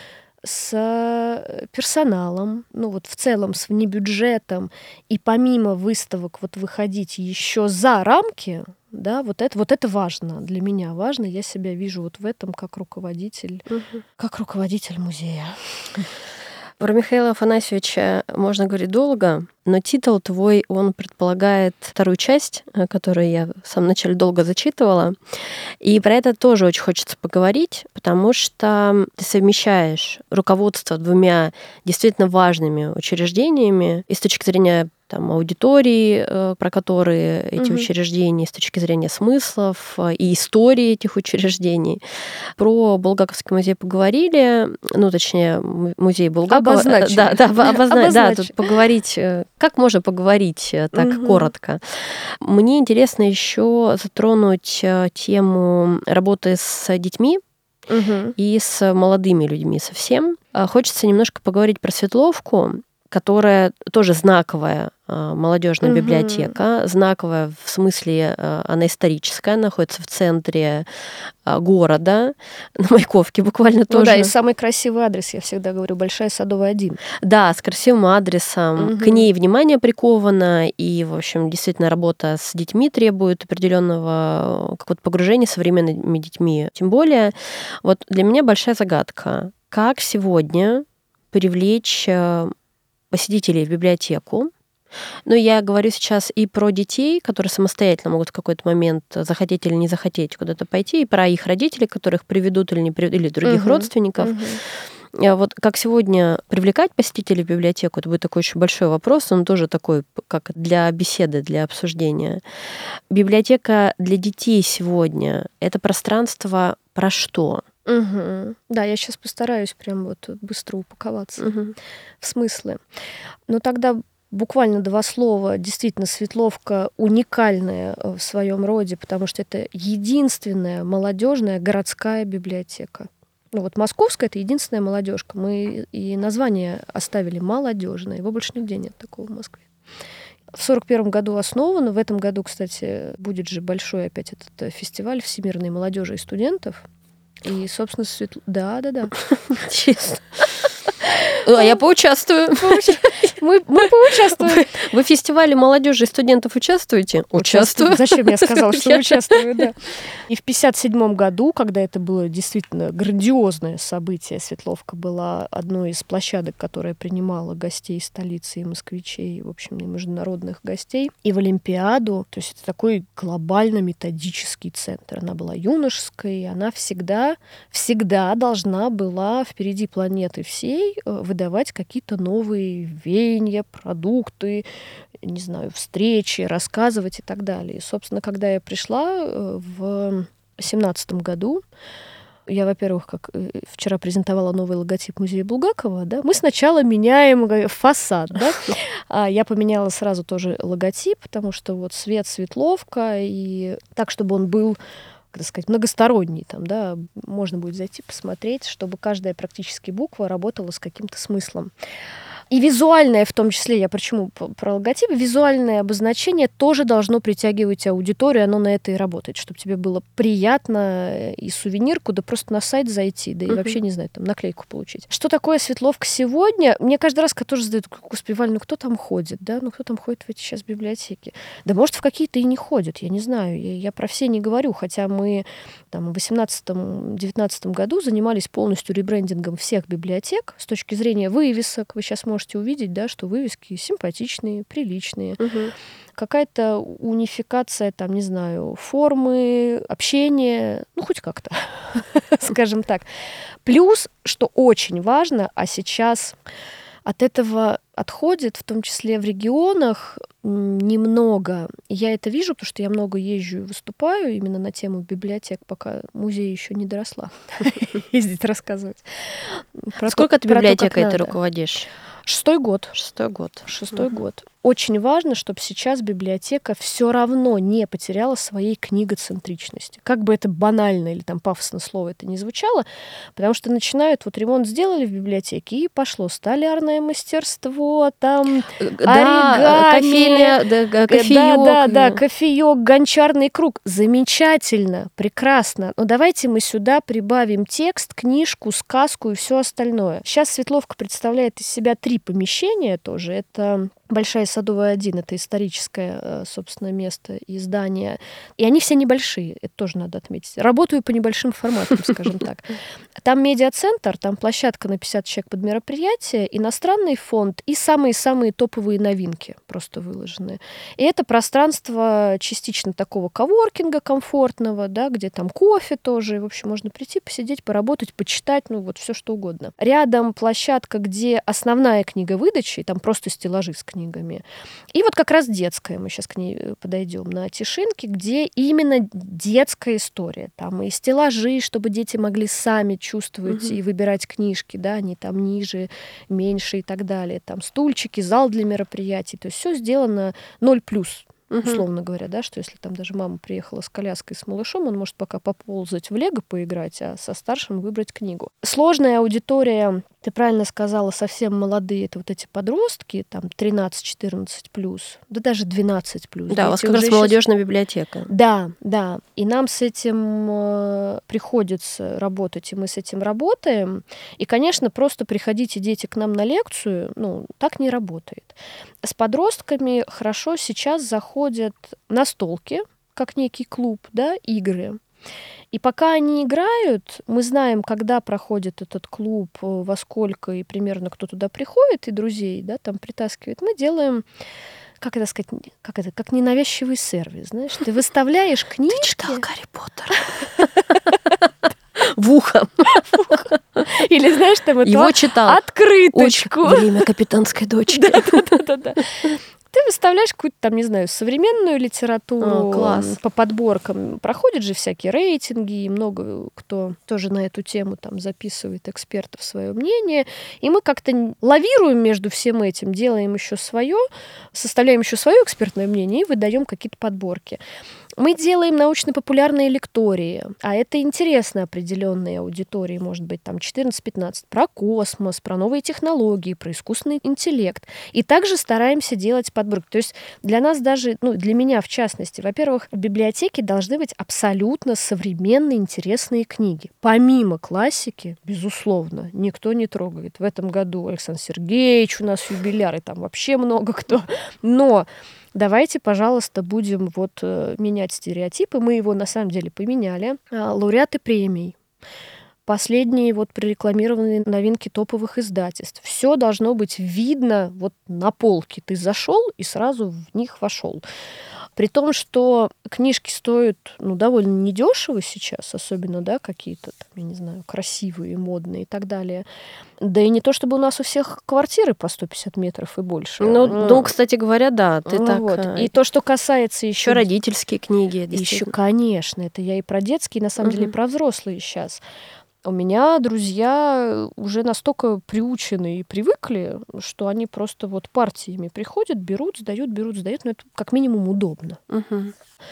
с персоналом, ну вот в целом с внебюджетом, и помимо выставок вот выходить еще за рамки, да, вот это, вот это важно, для меня важно, я себя вижу вот в этом как руководитель, угу. как руководитель музея. Про Михаила Афанасьевича можно говорить долго, но титул твой, он предполагает вторую часть, которую я в самом начале долго зачитывала. И про это тоже очень хочется поговорить, потому что ты совмещаешь руководство двумя действительно важными учреждениями и с точки зрения там, аудитории, про которые эти угу. учреждения, с точки зрения смыслов и истории этих учреждений. Про Булгаковский музей поговорили, ну, точнее, музей Булгакова. Обозначили. Да, да, обозна... да, тут поговорить. Как можно поговорить так угу. коротко? Мне интересно еще затронуть тему работы с детьми, угу. и с молодыми людьми совсем. Хочется немножко поговорить про Светловку, которая тоже знаковая молодежная угу. библиотека, знаковая в смысле, она историческая, находится в центре города, на Маяковке буквально ну тоже. Да, и самый красивый адрес, я всегда говорю, Большая Садовая, один. Да, с красивым адресом. Угу. К ней внимание приковано, и, в общем, действительно работа с детьми требует определенного какого-то погружения современными детьми. Тем более, вот для меня большая загадка, как сегодня привлечь посетителей в библиотеку. Но я говорю сейчас и про детей, которые самостоятельно могут в какой-то момент захотеть или не захотеть куда-то пойти, и про их родителей, которых приведут или не приведут, или других угу, родственников. Угу. Вот как сегодня привлекать посетителей в библиотеку, это будет такой очень большой вопрос, он тоже такой, как для беседы, для обсуждения. Библиотека для детей сегодня — это пространство про что? Угу. Да, я сейчас постараюсь прям вот быстро упаковаться угу. в смыслы. Но тогда буквально два слова. Действительно, Светловка уникальная в своем роде, потому что это единственная молодежная городская библиотека. Ну вот московская — это единственная молодежка. Мы и название оставили молодежное. Его больше нигде нет такого в Москве. В сорок первом году основана. В этом году, кстати, будет же большой опять этот фестиваль всемирной молодежи и студентов. И, собственно, Светло... Да, да, да. Честно. А я поучаствую. Мы, мы поучаствуем. Вы, вы в фестивале молодежи и студентов участвуете? Участвую. Зачем я сказала, что участвую, да. И в пятьдесят седьмом году, когда это было действительно грандиозное событие, Светловка была одной из площадок, которая принимала гостей столицы и москвичей, в общем, и международных гостей, и в Олимпиаду. То есть это такой глобально-методический центр. Она была юношеской, и она всегда, всегда должна была впереди планеты всей выдавать какие-то новые веяния, продукты, не знаю, встречи, рассказывать и так далее. И, собственно, когда я пришла в семнадцатом году, я, во-первых, как вчера презентовала новый логотип музея Булгакова, да, мы сначала меняем фасад, да, я поменяла сразу тоже логотип, потому что вот свет, Светловка, и так, чтобы он был это сказать, многосторонний, там, да, можно будет зайти посмотреть, чтобы каждая практически буква работала с каким-то смыслом. И визуальное, в том числе, я почему про логотипы, визуальное обозначение тоже должно притягивать аудиторию, оно на это и работает, чтобы тебе было приятно и сувенирку, да просто на сайт зайти, да и uh-huh. вообще, не знаю, там наклейку получить. Что такое Светловка сегодня? Мне каждый раз, когда тоже задают, господи, Валь, ну кто там ходит, да, ну кто там ходит в эти сейчас библиотеки? Да может, в какие-то и не ходят, я не знаю, я, я про все не говорю, хотя мы там в восемнадцатом-девятнадцатом году занимались полностью ребрендингом всех библиотек с точки зрения вывесок, вы сейчас можете можете увидеть, да, что вывески симпатичные, приличные. Угу. Какая-то унификация, там, не знаю, формы, общения, ну, хоть как-то, скажем так. Плюс, что очень важно, а сейчас от этого отходит, в том числе в регионах, немного. Я это вижу, потому что я много езжу и выступаю именно на тему библиотек, пока музей еще не доросла ездить рассказывать. Сколько ты библиотекой ты руководишь? Шестой год. Шестой год. Шестой uh-huh. год. Очень важно, чтобы сейчас библиотека все равно не потеряла своей книгоцентричности. Как бы это банально или там пафосно слово это не звучало, потому что начинают, вот ремонт сделали в библиотеке, и пошло столярное мастерство, там да, оригами, кофейня, да, кофеёк. Да, да, да, кофеёк, гончарный круг. Замечательно, прекрасно. Но давайте мы сюда прибавим текст, книжку, сказку и все остальное. Сейчас Светловка представляет из себя три помещения тоже. Это Большая Садовая один, это историческое, собственно, место и здание. И они все небольшие, это тоже надо отметить. Работаю по небольшим форматам, скажем так. Там медиацентр, там площадка на пятьдесят человек под мероприятие, иностранный фонд и самые-самые топовые новинки просто выложены. И это пространство частично такого коворкинга комфортного, да, где там кофе тоже. И, в общем, можно прийти, посидеть, поработать, почитать, ну вот все что угодно. Рядом площадка, где основная книга выдачи, там просто стеллажи с книгами. книгами. И вот как раз детская, мы сейчас к ней подойдем, на Тишинке, где именно детская история. Там и стеллажи, чтобы дети могли сами чувствовать угу. и выбирать книжки, да, они там ниже, меньше и так далее. Там стульчики, зал для мероприятий. То есть все сделано ноль плюс. Условно говоря, да, что если там даже мама приехала с коляской, с малышом, он может пока поползать в лего поиграть, а со старшим выбрать книгу. Сложная аудитория, ты правильно сказала, совсем молодые, это вот эти подростки, там тринадцать-четырнадцать плюс, да даже двенадцать плюс. Да, у вас как раз молодежная сейчас... библиотека. Да, да, и нам с этим э, приходится работать, и мы с этим работаем. И, конечно, просто приходите, дети, к нам на лекцию, ну, так не работает. С подростками хорошо сейчас заходят настолки, как некий клуб, да, игры. И пока они играют, мы знаем, когда проходит этот клуб, во сколько и примерно кто туда приходит, и друзей, да, там притаскивает. Мы делаем, как это сказать, как это, как ненавязчивый сервис, знаешь. Ты выставляешь книжки. Ты читал Гарри Поттера? В ухо. Или, знаешь, там эту Его читал. Открыточку. Время капитанской дочки. Да-да-да. Ты выставляешь какую-то там, не знаю, современную литературу. О, класс. По подборкам. Проходят же всякие рейтинги, и много кто тоже на эту тему там записывает экспертов свое мнение. И мы как-то лавируем между всем этим, делаем еще свое, составляем еще свое экспертное мнение и выдаем какие-то подборки. Мы делаем научно-популярные лектории, а это интересно определенной аудитории, может быть, там четырнадцать-пятнадцать, про космос, про новые технологии, про искусственный интеллект. И также стараемся делать подборки. То есть для нас даже, ну, для меня в частности, во-первых, в библиотеке должны быть абсолютно современные, интересные книги. Помимо классики, безусловно, никто не трогает. В этом году Александр Сергеевич у нас юбиляр, и там вообще много кто. Но давайте, пожалуйста, будем вот э, менять стереотипы. Мы его на самом деле поменяли. А, лауреаты премий. Последние вот прорекламированные новинки топовых издательств. Все должно быть видно вот на полке. Ты зашел и сразу в них вошел. При том, что книжки стоят, ну, довольно недешево сейчас, особенно, да, какие-то, там, я не знаю, красивые, модные и так далее. Да и не то, чтобы у нас у всех квартиры по сто пятьдесят метров и больше. Ну, ну кстати говоря, да. Ты ну, так... вот. И то, что касается еще... Еще родительские книги. Еще, конечно. Это я и про детские, на самом угу. деле, и про взрослые сейчас. У меня друзья уже настолько приучены и привыкли, что они просто вот партиями приходят, берут, сдают, берут, сдают. Но это как минимум удобно. Угу.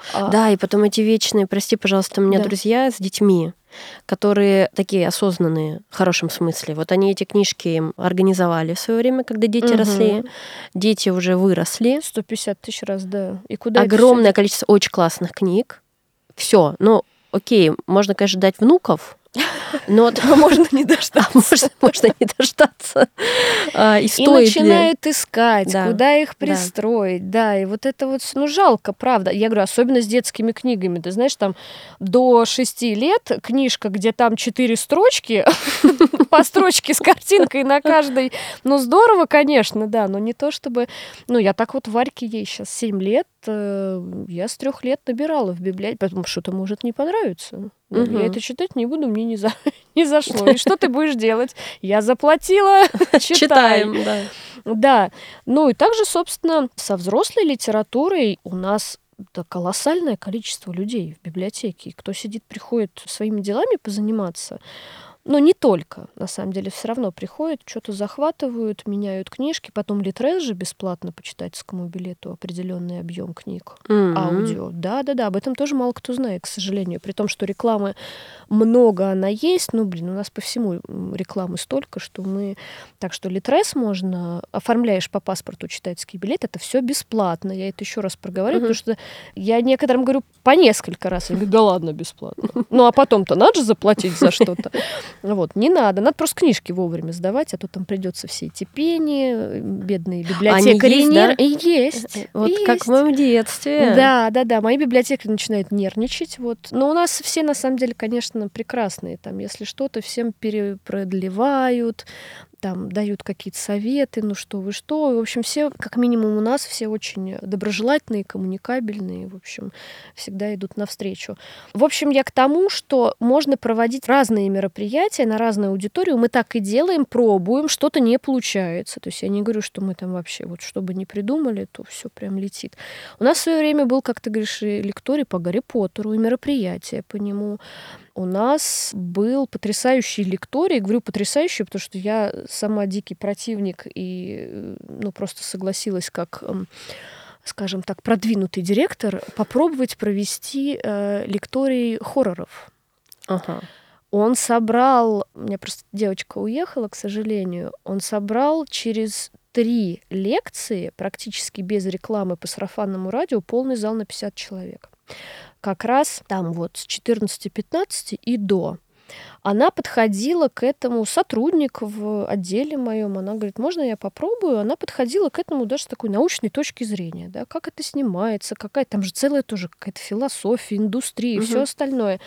А, Да, и потом эти вечные, прости, пожалуйста, у меня Да. друзья с детьми, которые такие осознанные, в хорошем смысле. Вот они эти книжки им организовали в свое время, когда дети росли. Мгм. Дети уже выросли. сто пятьдесят тысяч раз, да. И куда это всё Огромное идёт? количество очень классных книг. Все. Ну, окей, можно, конечно, ждать внуков, но вот А можно не а дождаться. можно можно не дождаться. А, И И стоит ли? начинают искать, Да, куда их да. пристроить. Да, и вот это вот, с- ну, жалко, правда. Я говорю, особенно с детскими книгами. Ты знаешь, там до шести лет книжка, где там четыре строчки, по строчке с картинкой на каждой. Ну, здорово, конечно, да, но не то чтобы... Ну, я так вот Варьке, ей сейчас семь лет, э, я с трех лет набирала в библиотеке, потому что что-то может не понравиться. Ну, я Мгм. это читать не буду, мне не, за... не зашло. И что ты будешь делать? Я заплатила, читай. Читаем, да. Да. Ну и также, собственно, со взрослой литературой у нас да, колоссальное количество людей в библиотеке. И кто сидит, приходит своими делами позаниматься. Но не только, на самом деле, все равно приходят, что-то захватывают, меняют книжки, потом Литрес же бесплатно по читательскому билету определенный объем книг. М. Аудио. Да-да-да, об этом тоже мало кто знает, к сожалению. При том, что рекламы много она есть, ну, блин, у нас по всему м, рекламы столько, что мы... Так что Литрес можно, оформляешь по паспорту читательский билет, это все бесплатно. Я это еще раз проговорю, Мгм. потому что я некоторым говорю по несколько раз. Они говорят, да ладно, бесплатно. Ну, а потом-то надо же заплатить за что-то. Вот, не надо. Надо просто книжки вовремя сдавать, а то там придется все эти пени, бедные библиотекари. есть, нер- да? И есть. Вот и как в есть. моем детстве. Да, да, да. Мои библиотекари начинают нервничать. Вот. Но у нас все, на самом деле, конечно, прекрасные. Там, если что-то, всем перепродлевают, там дают какие-то советы, ну что вы что. В общем, все, как минимум у нас, все очень доброжелательные, коммуникабельные, в общем, всегда идут навстречу. В общем, я к тому, что можно проводить разные мероприятия на разную аудиторию. Мы так и делаем, пробуем, что-то не получается. То есть я не говорю, что мы там вообще, вот что бы ни придумали, то все прям летит. У нас в свое время был, как ты говоришь, и лекторий по Гарри Поттеру, и мероприятие по нему. У нас был потрясающий лекторий. Говорю потрясающий, потому что я сама дикий противник и э, ну, просто согласилась как, эм, скажем так, продвинутый директор попробовать провести э, лекторий хорроров. Ага. Он собрал, у меня просто девочка уехала, к сожалению, он собрал через три лекции, практически без рекламы по сарафанному радио, полный зал на пятьдесят человек. Как раз там вот с четырнадцати пятнадцати и до. Она подходила к этому, сотрудник в отделе моем, она говорит, можно я попробую? Она подходила к этому даже с такой научной точки зрения, да, как это снимается, какая там же целая тоже какая-то философия, индустрия и все Мгм. остальное.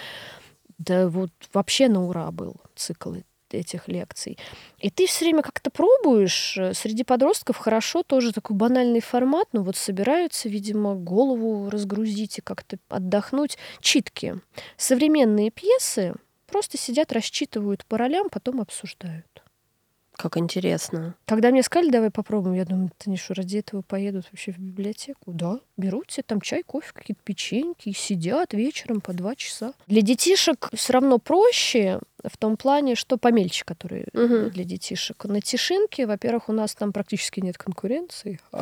Да вот вообще на ура был цикл этих лекций. И ты все время как-то пробуешь. э, Среди подростков хорошо тоже такой банальный формат, но вот собираются, видимо, голову разгрузить и как-то отдохнуть. Читки. Современные пьесы просто сидят, рассчитывают по ролям, потом обсуждают. Как интересно. Когда мне сказали, давай попробуем, я думаю, они что, ради этого поедут вообще в библиотеку? Да, берут себе там чай, кофе, какие-то печеньки и сидят вечером по два часа. Для детишек все равно проще в том плане, что помельче, которые Мгм. для детишек. На Тишинке, во-первых, у нас там практически нет конкуренции, а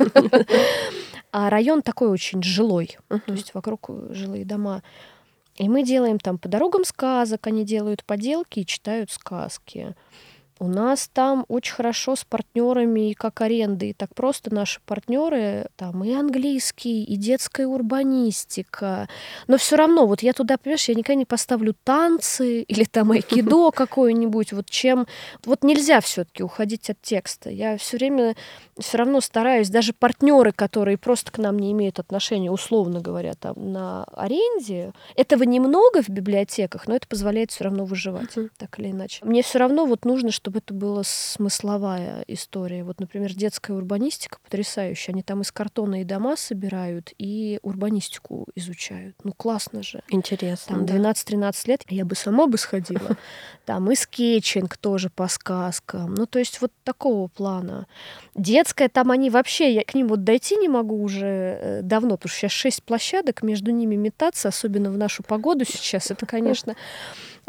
а район такой очень жилой, то Мгм. есть вокруг э, жилые дома. И мы делаем там по дорогам сказок, они делают поделки и читают сказки. У нас там очень хорошо с партнерами и как аренды, и так просто наши партнеры, там и английский, и детская урбанистика. Но все равно, вот я туда, понимаешь, я никогда не поставлю танцы или там айкидо какое-нибудь, вот чем... Вот нельзя все-таки уходить от текста. Я все время все равно стараюсь, даже партнеры, которые просто к нам не имеют отношения, условно говоря, там на аренде, этого немного в библиотеках, но это позволяет все равно выживать, Мгм. так или иначе. Мне все равно вот нужно, чтобы это была смысловая история. Вот, например, детская урбанистика потрясающая. Они там из картона и дома собирают, и урбанистику изучают. Ну, классно же. Интересно, Там да. двенадцать-тринадцать лет, я бы сама бы сходила. Там и скетчинг тоже по сказкам. Ну, то есть вот такого плана. Детская, там они вообще, я к ним вот дойти не могу уже э, давно, потому что сейчас шесть площадок, между ними метаться, особенно в нашу погоду сейчас, это, конечно,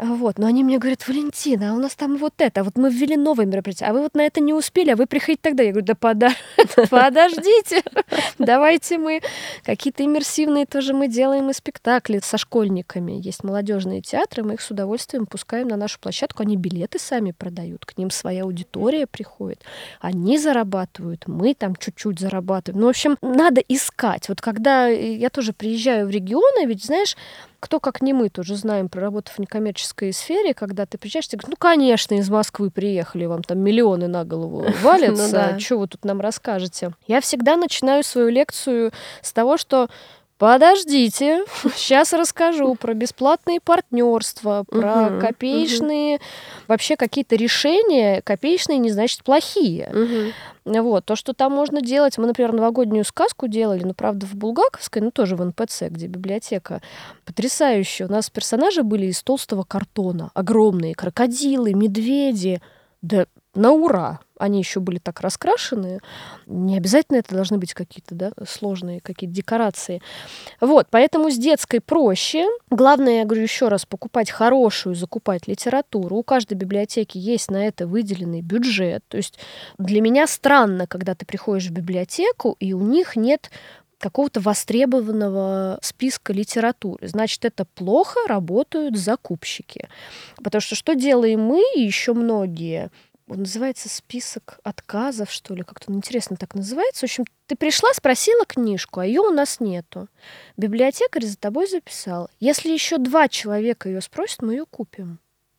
Вот. Но они мне говорят: Валентина, а у нас там вот это, вот мы ввели новое мероприятие, а вы вот на это не успели, а вы приходите тогда. Я говорю: да пода- подождите, давайте мы какие-то иммерсивные тоже мы делаем и спектакли со школьниками. Есть молодежные театры, мы их с удовольствием пускаем на нашу площадку, они билеты сами продают, к ним своя аудитория приходит, они зарабатывают, мы там чуть-чуть зарабатываем. Ну, в общем, надо искать. Вот когда я тоже приезжаю в регионы, ведь, знаешь, кто, как не мы, тоже знаем, проработав в некоммерческой сфере, когда ты приезжаешь, ты говоришь: ну, конечно, из Москвы приехали, вам там миллионы на голову валятся, что вы тут нам расскажете? Я всегда начинаю свою лекцию с того, что подождите, сейчас расскажу про бесплатные партнерства, про Мгм, копеечные вообще какие-то решения. Копеечные не значит плохие. мгм. Вот. То, что там можно делать. Мы, например, новогоднюю сказку делали, ну, правда, в Булгаковской, ну, тоже в эн пэ цэ, где библиотека. Потрясающе. У нас персонажи были из толстого картона. Огромные крокодилы, медведи. Да на ура! Они еще были так раскрашены. Не обязательно это должны быть какие-то, да, сложные какие-то декорации. Вот, поэтому с детской проще. Главное, я говорю еще раз, покупать хорошую, закупать литературу. У каждой библиотеки есть на это выделенный бюджет. То есть для меня странно, когда ты приходишь в библиотеку, и у них нет какого-то востребованного списка литературы. Значит, это плохо работают закупщики. Потому что что делаем мы и еще многие? Он называется список отказов, что ли, как-то интересно так называется. В общем, ты пришла, спросила книжку, а ее у нас нету. Библиотекарь за тобой записал. Если еще два человека ее спросят, мы ее купим.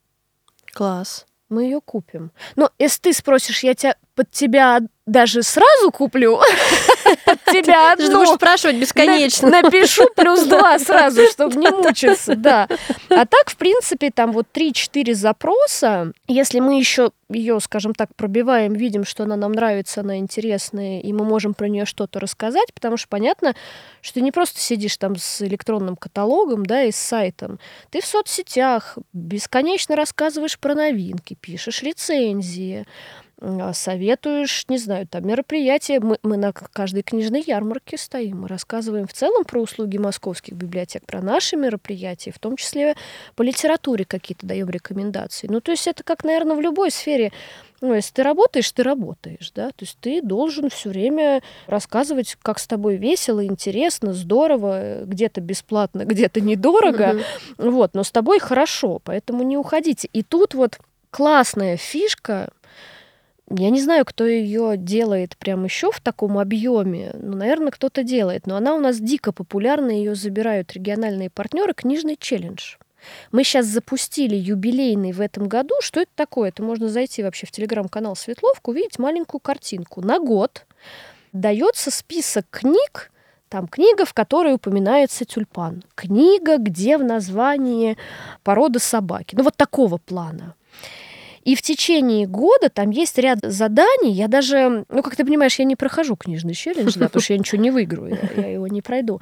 Класс. Мы ее купим. Но если ты спросишь, я тебя под тебя даже сразу куплю, под тебя Ты же будешь одну. спрашивать бесконечно. На- Напишу плюс два сразу, чтобы не мучиться, да. А так, в принципе, там вот три-четыре запроса, если мы еще ее, скажем так, пробиваем, видим, что она нам нравится, она интересная, и мы можем про нее что-то рассказать, потому что понятно, что ты не просто сидишь там с электронным каталогом, да, и с сайтом. Ты в соцсетях бесконечно рассказываешь про новинки, пишешь рецензии, а, советуешь, не знаю, там мероприятия. Мы, мы на к- каждой книжной ярмарке стоим. Мы рассказываем в целом про услуги московских библиотек, про наши мероприятия, в том числе по литературе какие-то даем рекомендации. Ну, то есть это как, наверное, в любой сфере. Ну, если ты работаешь, ты работаешь, да. То есть ты должен все время рассказывать, как с тобой весело, интересно, здорово, где-то бесплатно, где-то недорого. Мгм. Вот, но с тобой хорошо, поэтому не уходите. И тут вот классная фишка. Я не знаю, кто ее делает прям еще в таком объеме. Ну, наверное, кто-то делает. Но она у нас дико популярна, ее забирают региональные партнеры. Книжный челлендж. Мы сейчас запустили юбилейный в этом году. Что это такое? Это можно зайти вообще в телеграм-канал Светловка, увидеть маленькую картинку. На год дается список книг, там книга, в которой упоминается тюльпан. Книга, где в названии порода собаки. Ну, вот такого плана. И в течение года там есть ряд заданий. Я даже, ну, как ты понимаешь, я не прохожу книжный челлендж, да, потому что я ничего не выиграю, я, я его не пройду.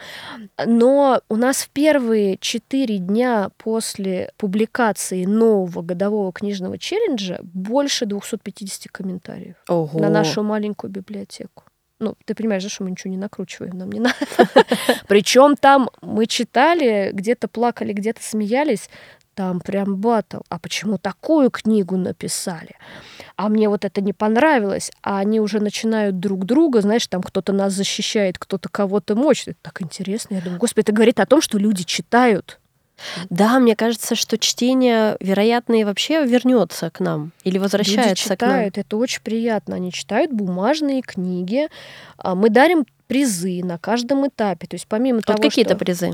Но у нас в первые четыре дня после публикации нового годового книжного челленджа больше двухсот пятидесяти комментариев Ого. на нашу маленькую библиотеку. Ну, ты понимаешь, да, что мы ничего не накручиваем, нам не надо. Причем там мы читали, где-то плакали, где-то смеялись. Там прям батл. А почему такую книгу написали? А мне вот это не понравилось. А они уже начинают друг друга, знаешь, там кто-то нас защищает, кто-то кого-то мочит. Это так интересно. Я думаю, господи, это говорит о том, что люди читают. Да, мне кажется, что чтение, вероятно, и вообще вернется к нам или Люди возвращается к нам. читают, это очень приятно. Они читают бумажные книги. А мы дарим призы на каждом этапе. То есть помимо Вот того, какие-то что призы.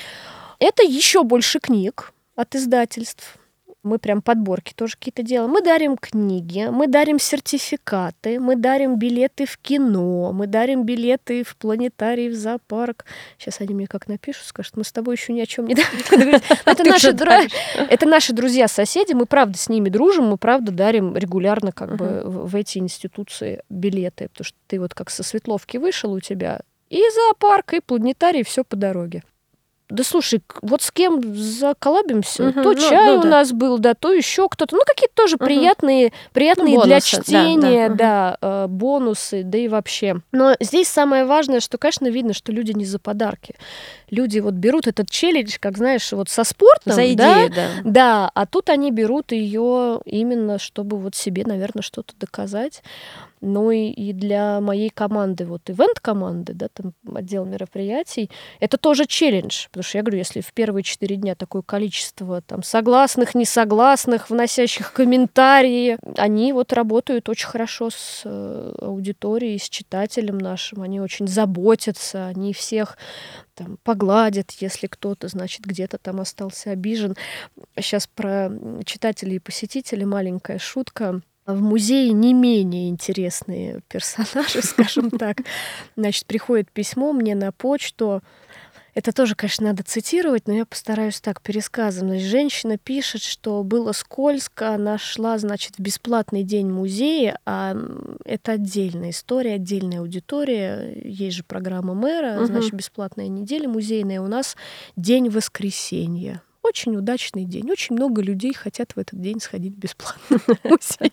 это еще больше книг от издательств. Мы прям подборки тоже какие-то делаем. Мы дарим книги, мы дарим сертификаты, мы дарим билеты в кино, мы дарим билеты в планетарий, в зоопарк. Сейчас они мне как напишут, скажут, мы с тобой еще ни о чем не дарим. Это Ты наши уже дра- даришь. это наши друзья-соседи, мы правда с ними дружим, мы правда дарим регулярно как бы Мгм. в в эти институции билеты, потому что ты вот как со Светловки вышел, у тебя и зоопарк, и планетарий, все по дороге. да слушай, вот с кем заколабимся, Мгм. то Ну, чай ну у да. нас был, да, то еще кто-то. Ну, какие-то тоже Мгм. приятные, приятные Ну, для бонусы, да, да, чтения, мгм. да, э, бонусы, да и вообще. Но здесь самое важное, что, конечно, видно, что люди не за подарки. Люди вот берут этот челлендж, как, знаешь, вот со спортом, За да, идею, да. да, а тут они берут ее именно, чтобы вот себе, наверное, что-то доказать. Ну и, и для моей команды, вот ивент-команды, да, там отдел мероприятий, это тоже челлендж, потому что я говорю, если в первые четыре дня такое количество там согласных, несогласных, вносящих комментарии, они вот работают очень хорошо с э, аудиторией, с читателем нашим, они очень заботятся, они всех там погладят, если кто-то, значит, где-то там остался обижен. Сейчас про м, читателей и посетителей маленькая шутка. В музее не менее интересные персонажи, скажем так. Значит, приходит письмо мне на почту. Это тоже, конечно, надо цитировать, но я постараюсь так пересказывать. Значит, женщина пишет, что было скользко, она шла, значит, в бесплатный день музея, а м, это отдельная история, отдельная аудитория. Есть же программа мэра, Мгм. значит, бесплатная неделя музейная. У нас день воскресенья. Очень удачный день. Очень много людей хотят в этот день сходить бесплатно в музей.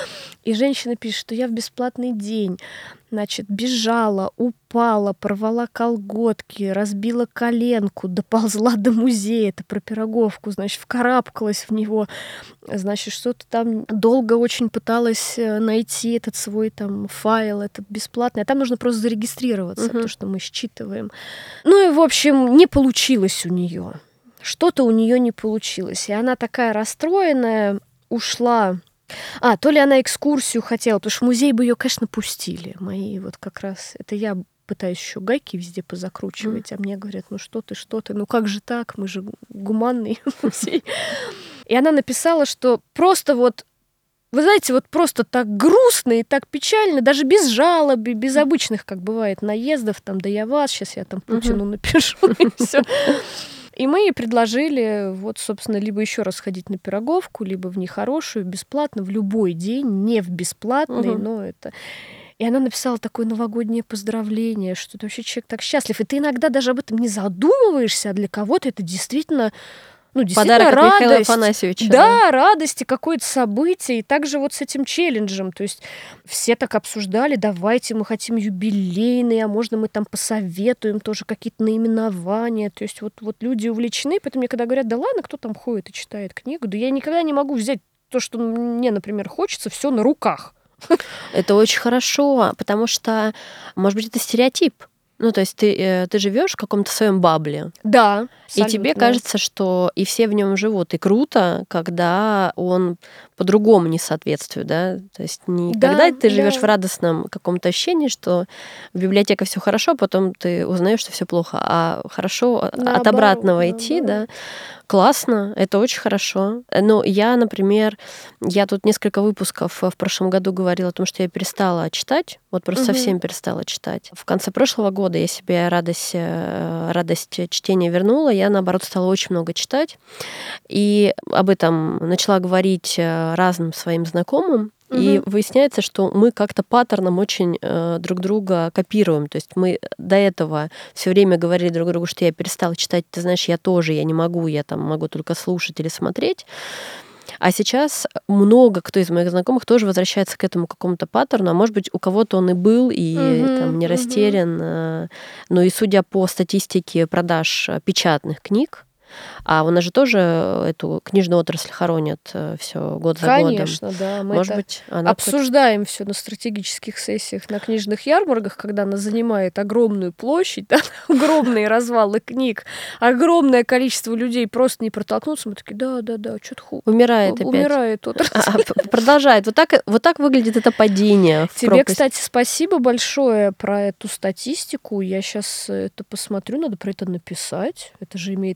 И женщина пишет, что я в бесплатный день, значит, бежала, упала, порвала колготки, разбила коленку, доползла до музея, это про Пироговку, значит, вкарабкалась в него, значит, что-то там долго очень пыталась э, найти этот свой там файл, этот бесплатный, а там нужно просто зарегистрироваться, Мгм. потому что мы считываем. Ну и, в общем, не получилось у нее. Что-то у нее не получилось. И она такая расстроенная, ушла. А, то ли она экскурсию хотела, потому что в музей бы ее, конечно, пустили. Мои вот как раз... Это я пытаюсь еще гайки везде позакручивать, а мне говорят, ну что ты, что ты, ну как же так, мы же гуманный музей. И она написала, что просто вот, вы знаете, вот просто так грустно и так печально, даже без жалоб, и без обычных, как бывает, наездов, там, да я вас, сейчас я там Путину напишу, и все. И мы ей предложили, вот, собственно, либо еще раз ходить на Пироговку, либо в нехорошую, бесплатно, в любой день, не в бесплатный, Мгм. но это... И она написала такое новогоднее поздравление, что ты вообще человек так счастлив. И ты иногда даже об этом не задумываешься, а для кого-то это действительно, ну, действительно Подарок от Михаила радость. Афанасьевича, Да, радость и какое-то событие. И также вот с этим челленджем. То есть все так обсуждали, давайте мы хотим юбилейный, а можно мы там посоветуем тоже какие-то наименования. То есть вот, вот люди увлечены, поэтому мне когда говорят, да ладно, кто там ходит и читает книгу, да я никогда не могу взять то, что мне, например, хочется, все на руках. Это очень хорошо, потому что, может быть, это стереотип. Ну, то есть ты, э, ты живешь в каком-то своем бабле, Да, и тебе абсолютно. кажется, что и все в нем живут. И круто, когда он по-другому не соответствует, да. То есть не Да, когда ты живешь да. в радостном каком-то ощущении, что в библиотеке все хорошо, а потом ты узнаешь, что все плохо, а хорошо от Наоборот, обратного идти, да. наоборот. Классно, это очень хорошо. Но я, например, я тут несколько выпусков в прошлом году говорила о том, что я перестала читать, вот просто Мгм. совсем перестала читать. В конце прошлого года я себе радость, э, радость чтения вернула, я, наоборот, стала очень много читать, и об этом начала говорить э, разным своим знакомым, и Мгм. выясняется, что мы как-то паттерном очень э, друг друга копируем. То есть мы до этого все время говорили друг другу, что я перестала читать, ты знаешь, я тоже, я не могу, я там могу только слушать или смотреть. А сейчас много кто из моих знакомых тоже возвращается к этому какому-то паттерну, а может быть, у кого-то он и был, и Мгм. там не Мгм. растерян. э, Но и судя по статистике продаж э, печатных книг, а у нас же тоже эту книжную отрасль хоронят все год за годом. Конечно, да. Мы Может это быть, она какой-то... обсуждаем все на стратегических сессиях, на книжных ярмарках, когда она занимает огромную площадь, да, огромные развалы книг, огромное количество людей просто не протолкнуться. Мы такие, да, да, да, что-то ху... умирает опять. умирает отрасль. А, п- продолжает. Вот так, вот так выглядит это падение в Тебе, пропасть. кстати, спасибо большое про эту статистику. Я сейчас это посмотрю, надо про это написать. Это же имеет к нам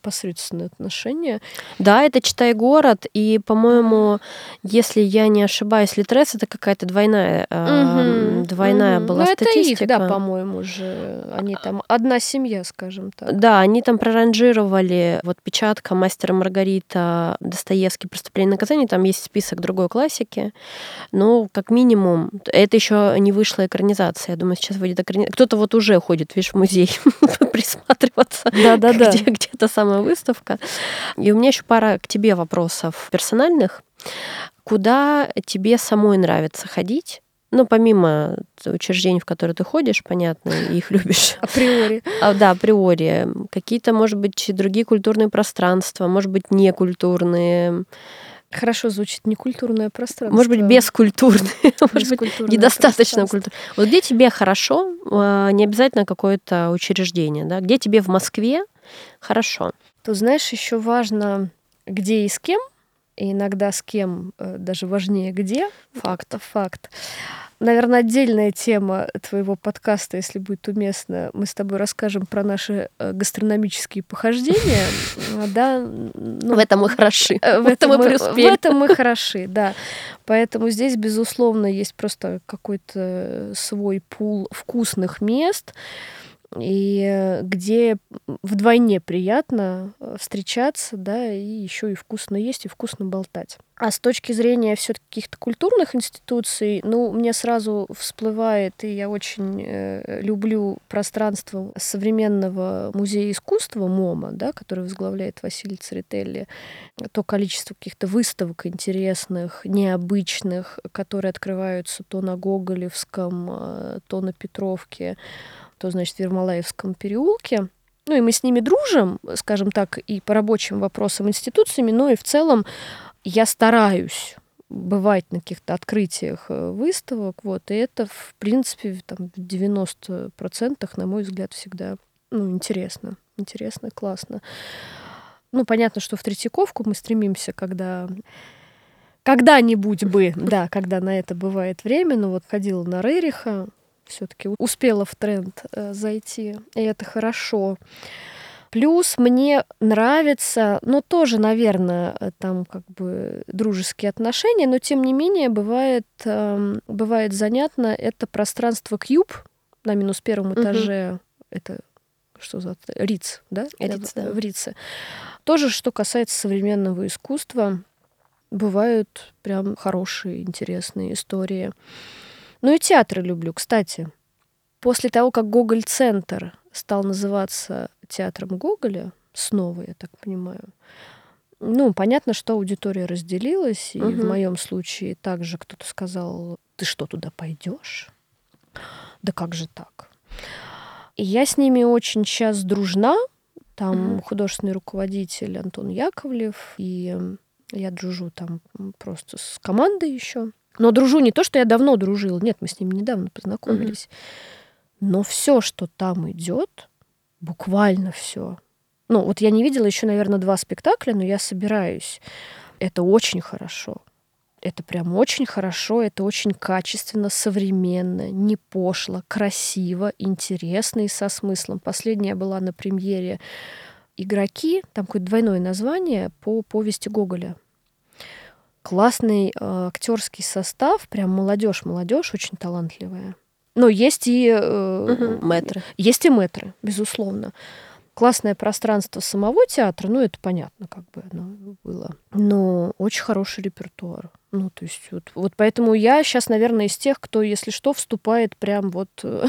непосредственные отношения. Да, это «Читай город», и, по-моему, если я не ошибаюсь, Литрес — это какая-то двойная, угу, двойная угу. была ну, статистика. Это их, да, по-моему, же. Они там одна семья, скажем так. Да, они там проранжировали вот печатка «Мастер и Маргарита», Достоевский, «Преступление и наказание», там есть список другой классики. Но, как минимум, это еще не вышла экранизация. Я думаю, сейчас выйдет экранизация. Кто-то вот уже ходит, видишь, в музей присматриваться, Да-да-да. где, где та самая выставка. И у меня еще пара к тебе вопросов персональных. Куда тебе самой нравится ходить? Ну, помимо учреждений, в которые ты ходишь, понятно, и их любишь. Априори. А, да, априори. Какие-то, может быть, другие культурные пространства, может быть, некультурные. Хорошо звучит некультурное пространство. Может быть, бескультурные, может быть, недостаточно культурные. Вот где тебе хорошо, не обязательно какое-то учреждение, да? Где тебе в Москве хорошо? Ты знаешь, еще важно, где и с кем, и иногда с кем даже важнее где. Факт. Факт. Наверное, отдельная тема твоего подкаста, если будет уместно, мы с тобой расскажем про наши гастрономические похождения. Да, ну, в этом мы хороши. В этом мы преуспели. В этом мы хороши, да. Поэтому здесь, безусловно, есть просто какой-то свой пул вкусных мест, и где вдвойне приятно встречаться, да, и еще и вкусно есть, и вкусно болтать. А с точки зрения все-таки каких-то культурных институций, ну, мне сразу всплывает, и я очень э, люблю пространство современного музея искусства МОМА, да, который возглавляет Василий Церетели, то количество каких-то выставок интересных, необычных, которые открываются то на Гоголевском, то на Петровке, то, значит, в Ермолаевском переулке. Ну, и мы с ними дружим, скажем так, и по рабочим вопросам институциями, но и в целом я стараюсь бывать на каких-то открытиях выставок, вот, и это, в принципе, там, в девяноста процентах, на мой взгляд, всегда, ну, интересно, интересно, классно. Ну, понятно, что в Третьяковку мы стремимся, когда... Когда-нибудь бы, да, когда на это бывает время, но вот ходила на Рериха, все-таки успела в тренд э, зайти, и это хорошо. Плюс мне нравится, ну, тоже, наверное, там как бы дружеские отношения, но тем не менее бывает, э, бывает занятно это пространство Кьюб на минус первом этаже. Угу. Это что за Риц, да? Риц, да. В Рице. Тоже, что касается современного искусства, бывают прям хорошие, интересные истории. Ну и театры люблю. Кстати, после того, как Гоголь-центр стал называться театром Гоголя, снова, я так понимаю, ну, понятно, что аудитория разделилась, и угу. в моем случае также кто-то сказал, ты что, туда пойдешь? Да как же так? И я с ними очень сейчас дружна. Там угу. художественный руководитель Антон Яковлев, и я дружу там просто с командой еще. Но дружу не то, что я давно дружила. Нет, мы с ним недавно познакомились. Mm-hmm. Но все, что там идет, буквально все. Ну, вот я не видела еще, наверное, два спектакля, но я собираюсь. Это очень хорошо. Это прям очень хорошо, это очень качественно, современно, не пошло, красиво, интересно и со смыслом. Последняя была на премьере «Игроки», там какое-то двойное название по повести Гоголя. Классный э, актерский состав, прям молодежь, молодежь очень талантливая. Но есть и э, угу. мэтры. Есть и мэтры, безусловно. Классное пространство самого театра, ну, это понятно, как бы оно было. Но очень хороший репертуар. Ну, то есть вот, вот поэтому я сейчас, наверное, из тех, кто, если что, вступает прям вот...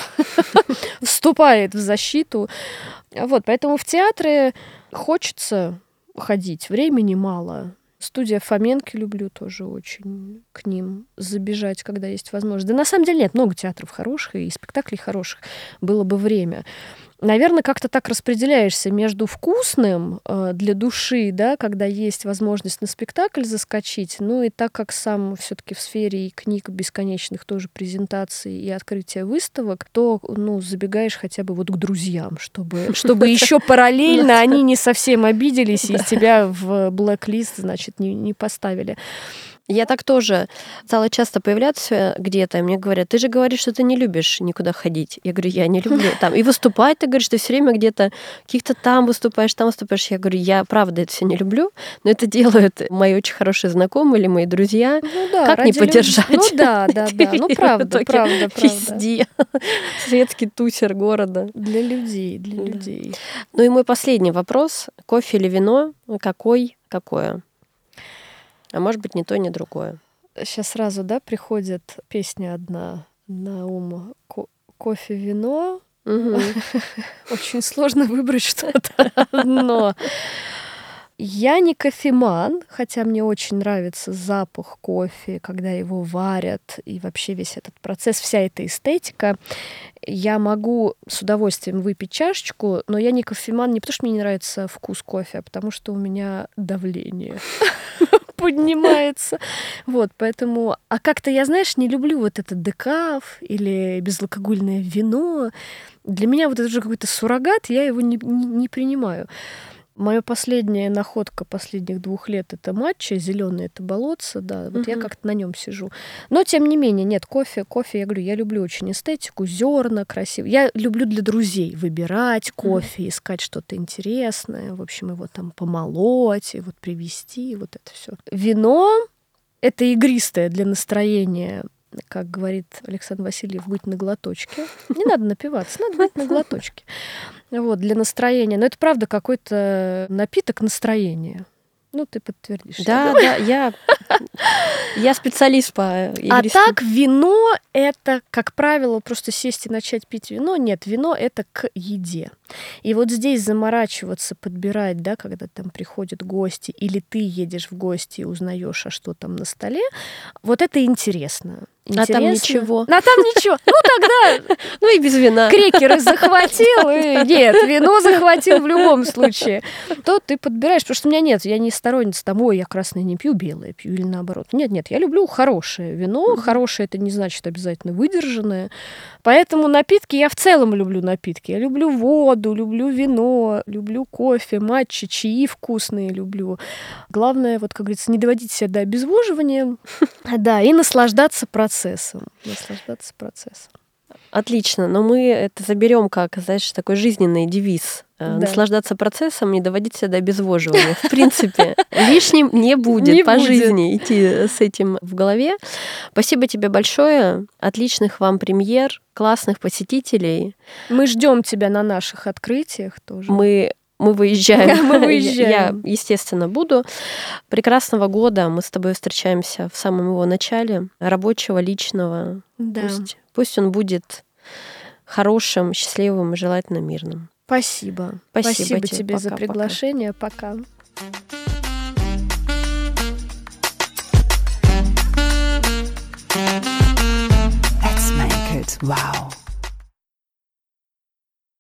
вступает в защиту. Вот, поэтому в театры хочется ходить, времени мало. Студия Фоменки люблю тоже очень, к ним забежать, когда есть возможность. Да на самом деле нет, много театров хороших и спектаклей хороших, было бы время. Наверное, как-то так распределяешься между вкусным э, для души, да, когда есть возможность на спектакль заскочить, ну и так как сам все-таки в сфере и книг бесконечных тоже презентаций и открытия выставок, то, ну, забегаешь хотя бы вот к друзьям, чтобы, чтобы еще параллельно они не совсем обиделись и тебя в блэк-лист, значит, не, не поставили. Я так тоже стала часто появляться где-то, и мне говорят, ты же говоришь, что ты не любишь никуда ходить. Я говорю, я не люблю там. И выступать, ты говоришь, ты все время где-то каких-то там выступаешь, там выступаешь. Я говорю, я правда это все не люблю, но это делают мои очень хорошие знакомые или мои друзья. Ну да, как не ради люб- поддержать? Ну да, да, да. Ну В правда, итоге правда, правда. Везде. Светский тусер города. Для людей, для Да. людей. Ну и мой последний вопрос. Кофе или вино? Какой? Какое? А может быть, ни то, ни другое. Сейчас сразу, да, приходит песня одна на ум. Ко- кофе, вино. Мгм. Очень сложно выбрать что-то одно. Я не кофеман, хотя мне очень нравится запах кофе, когда его варят, и вообще весь этот процесс, вся эта эстетика. Я могу с удовольствием выпить чашечку, но я не кофеман не потому, что мне не нравится вкус кофе, а потому что у меня давление поднимается. Вот, поэтому... А как-то я, знаешь, не люблю вот этот декаф или безалкогольное вино. Для меня вот это уже какой-то суррогат, я его не, не, не принимаю. Моя последняя находка последних двух лет — это матча, зеленый это болотце, да, вот я Мгм. как-то на нем сижу. Но тем не менее, нет, кофе, кофе, я говорю, я люблю очень эстетику, зерна красивые. Я люблю для друзей выбирать кофе, искать что-то интересное, в общем, его там помолоть, и вот привезти, и вот это все. Вино — это игристое для настроения, как говорит Александр Васильев, быть на глоточке. Не надо напиваться, надо быть на глоточке. Вот, для настроения. Но это правда какой-то напиток настроения. Ну, ты подтвердишь. Да, да, я, я специалист по А игристым. так вино — это, как правило, просто сесть и начать пить вино. Нет, вино — это к еде. И вот здесь заморачиваться, подбирать, да, когда там приходят гости, или ты едешь в гости и узнаешь, а что там на столе, вот это интересно. А там Интересно. ничего. А там ничего. Ну, тогда Ну и без вина. крекеры захватил, и нет, вино захватил в любом случае. То ты подбираешь, потому что у меня нет, я не сторонница там, ой, я красное не пью, белое пью, или наоборот. Нет, нет, я люблю хорошее вино. Хорошее — это не значит обязательно выдержанное. Поэтому напитки, я в целом люблю напитки. Я люблю воду, люблю вино, люблю кофе, матча, чаи вкусные люблю. Главное, вот, как говорится, не доводить себя до обезвоживания, да, и наслаждаться процессом. Наслаждаться процессом. Отлично, но мы это заберем как, знаешь, такой жизненный девиз. Э, Да. Наслаждаться процессом, не доводить себя до обезвоживания. В принципе, лишним не будет Не по будет. жизни идти с этим в голове. Спасибо тебе большое. Отличных вам премьер, классных посетителей. Мы ждем тебя на наших открытиях тоже. Мы Мы выезжаем. Мы Я, выезжаем. я, естественно, буду. Прекрасного года. Мы с тобой встречаемся в самом его начале. Рабочего, личного. Да. Пусть, пусть он будет хорошим, счастливым и желательно мирным. Спасибо. Спасибо тебе. тебе за Пока-пока. приглашение. Пока. Let's make it wow.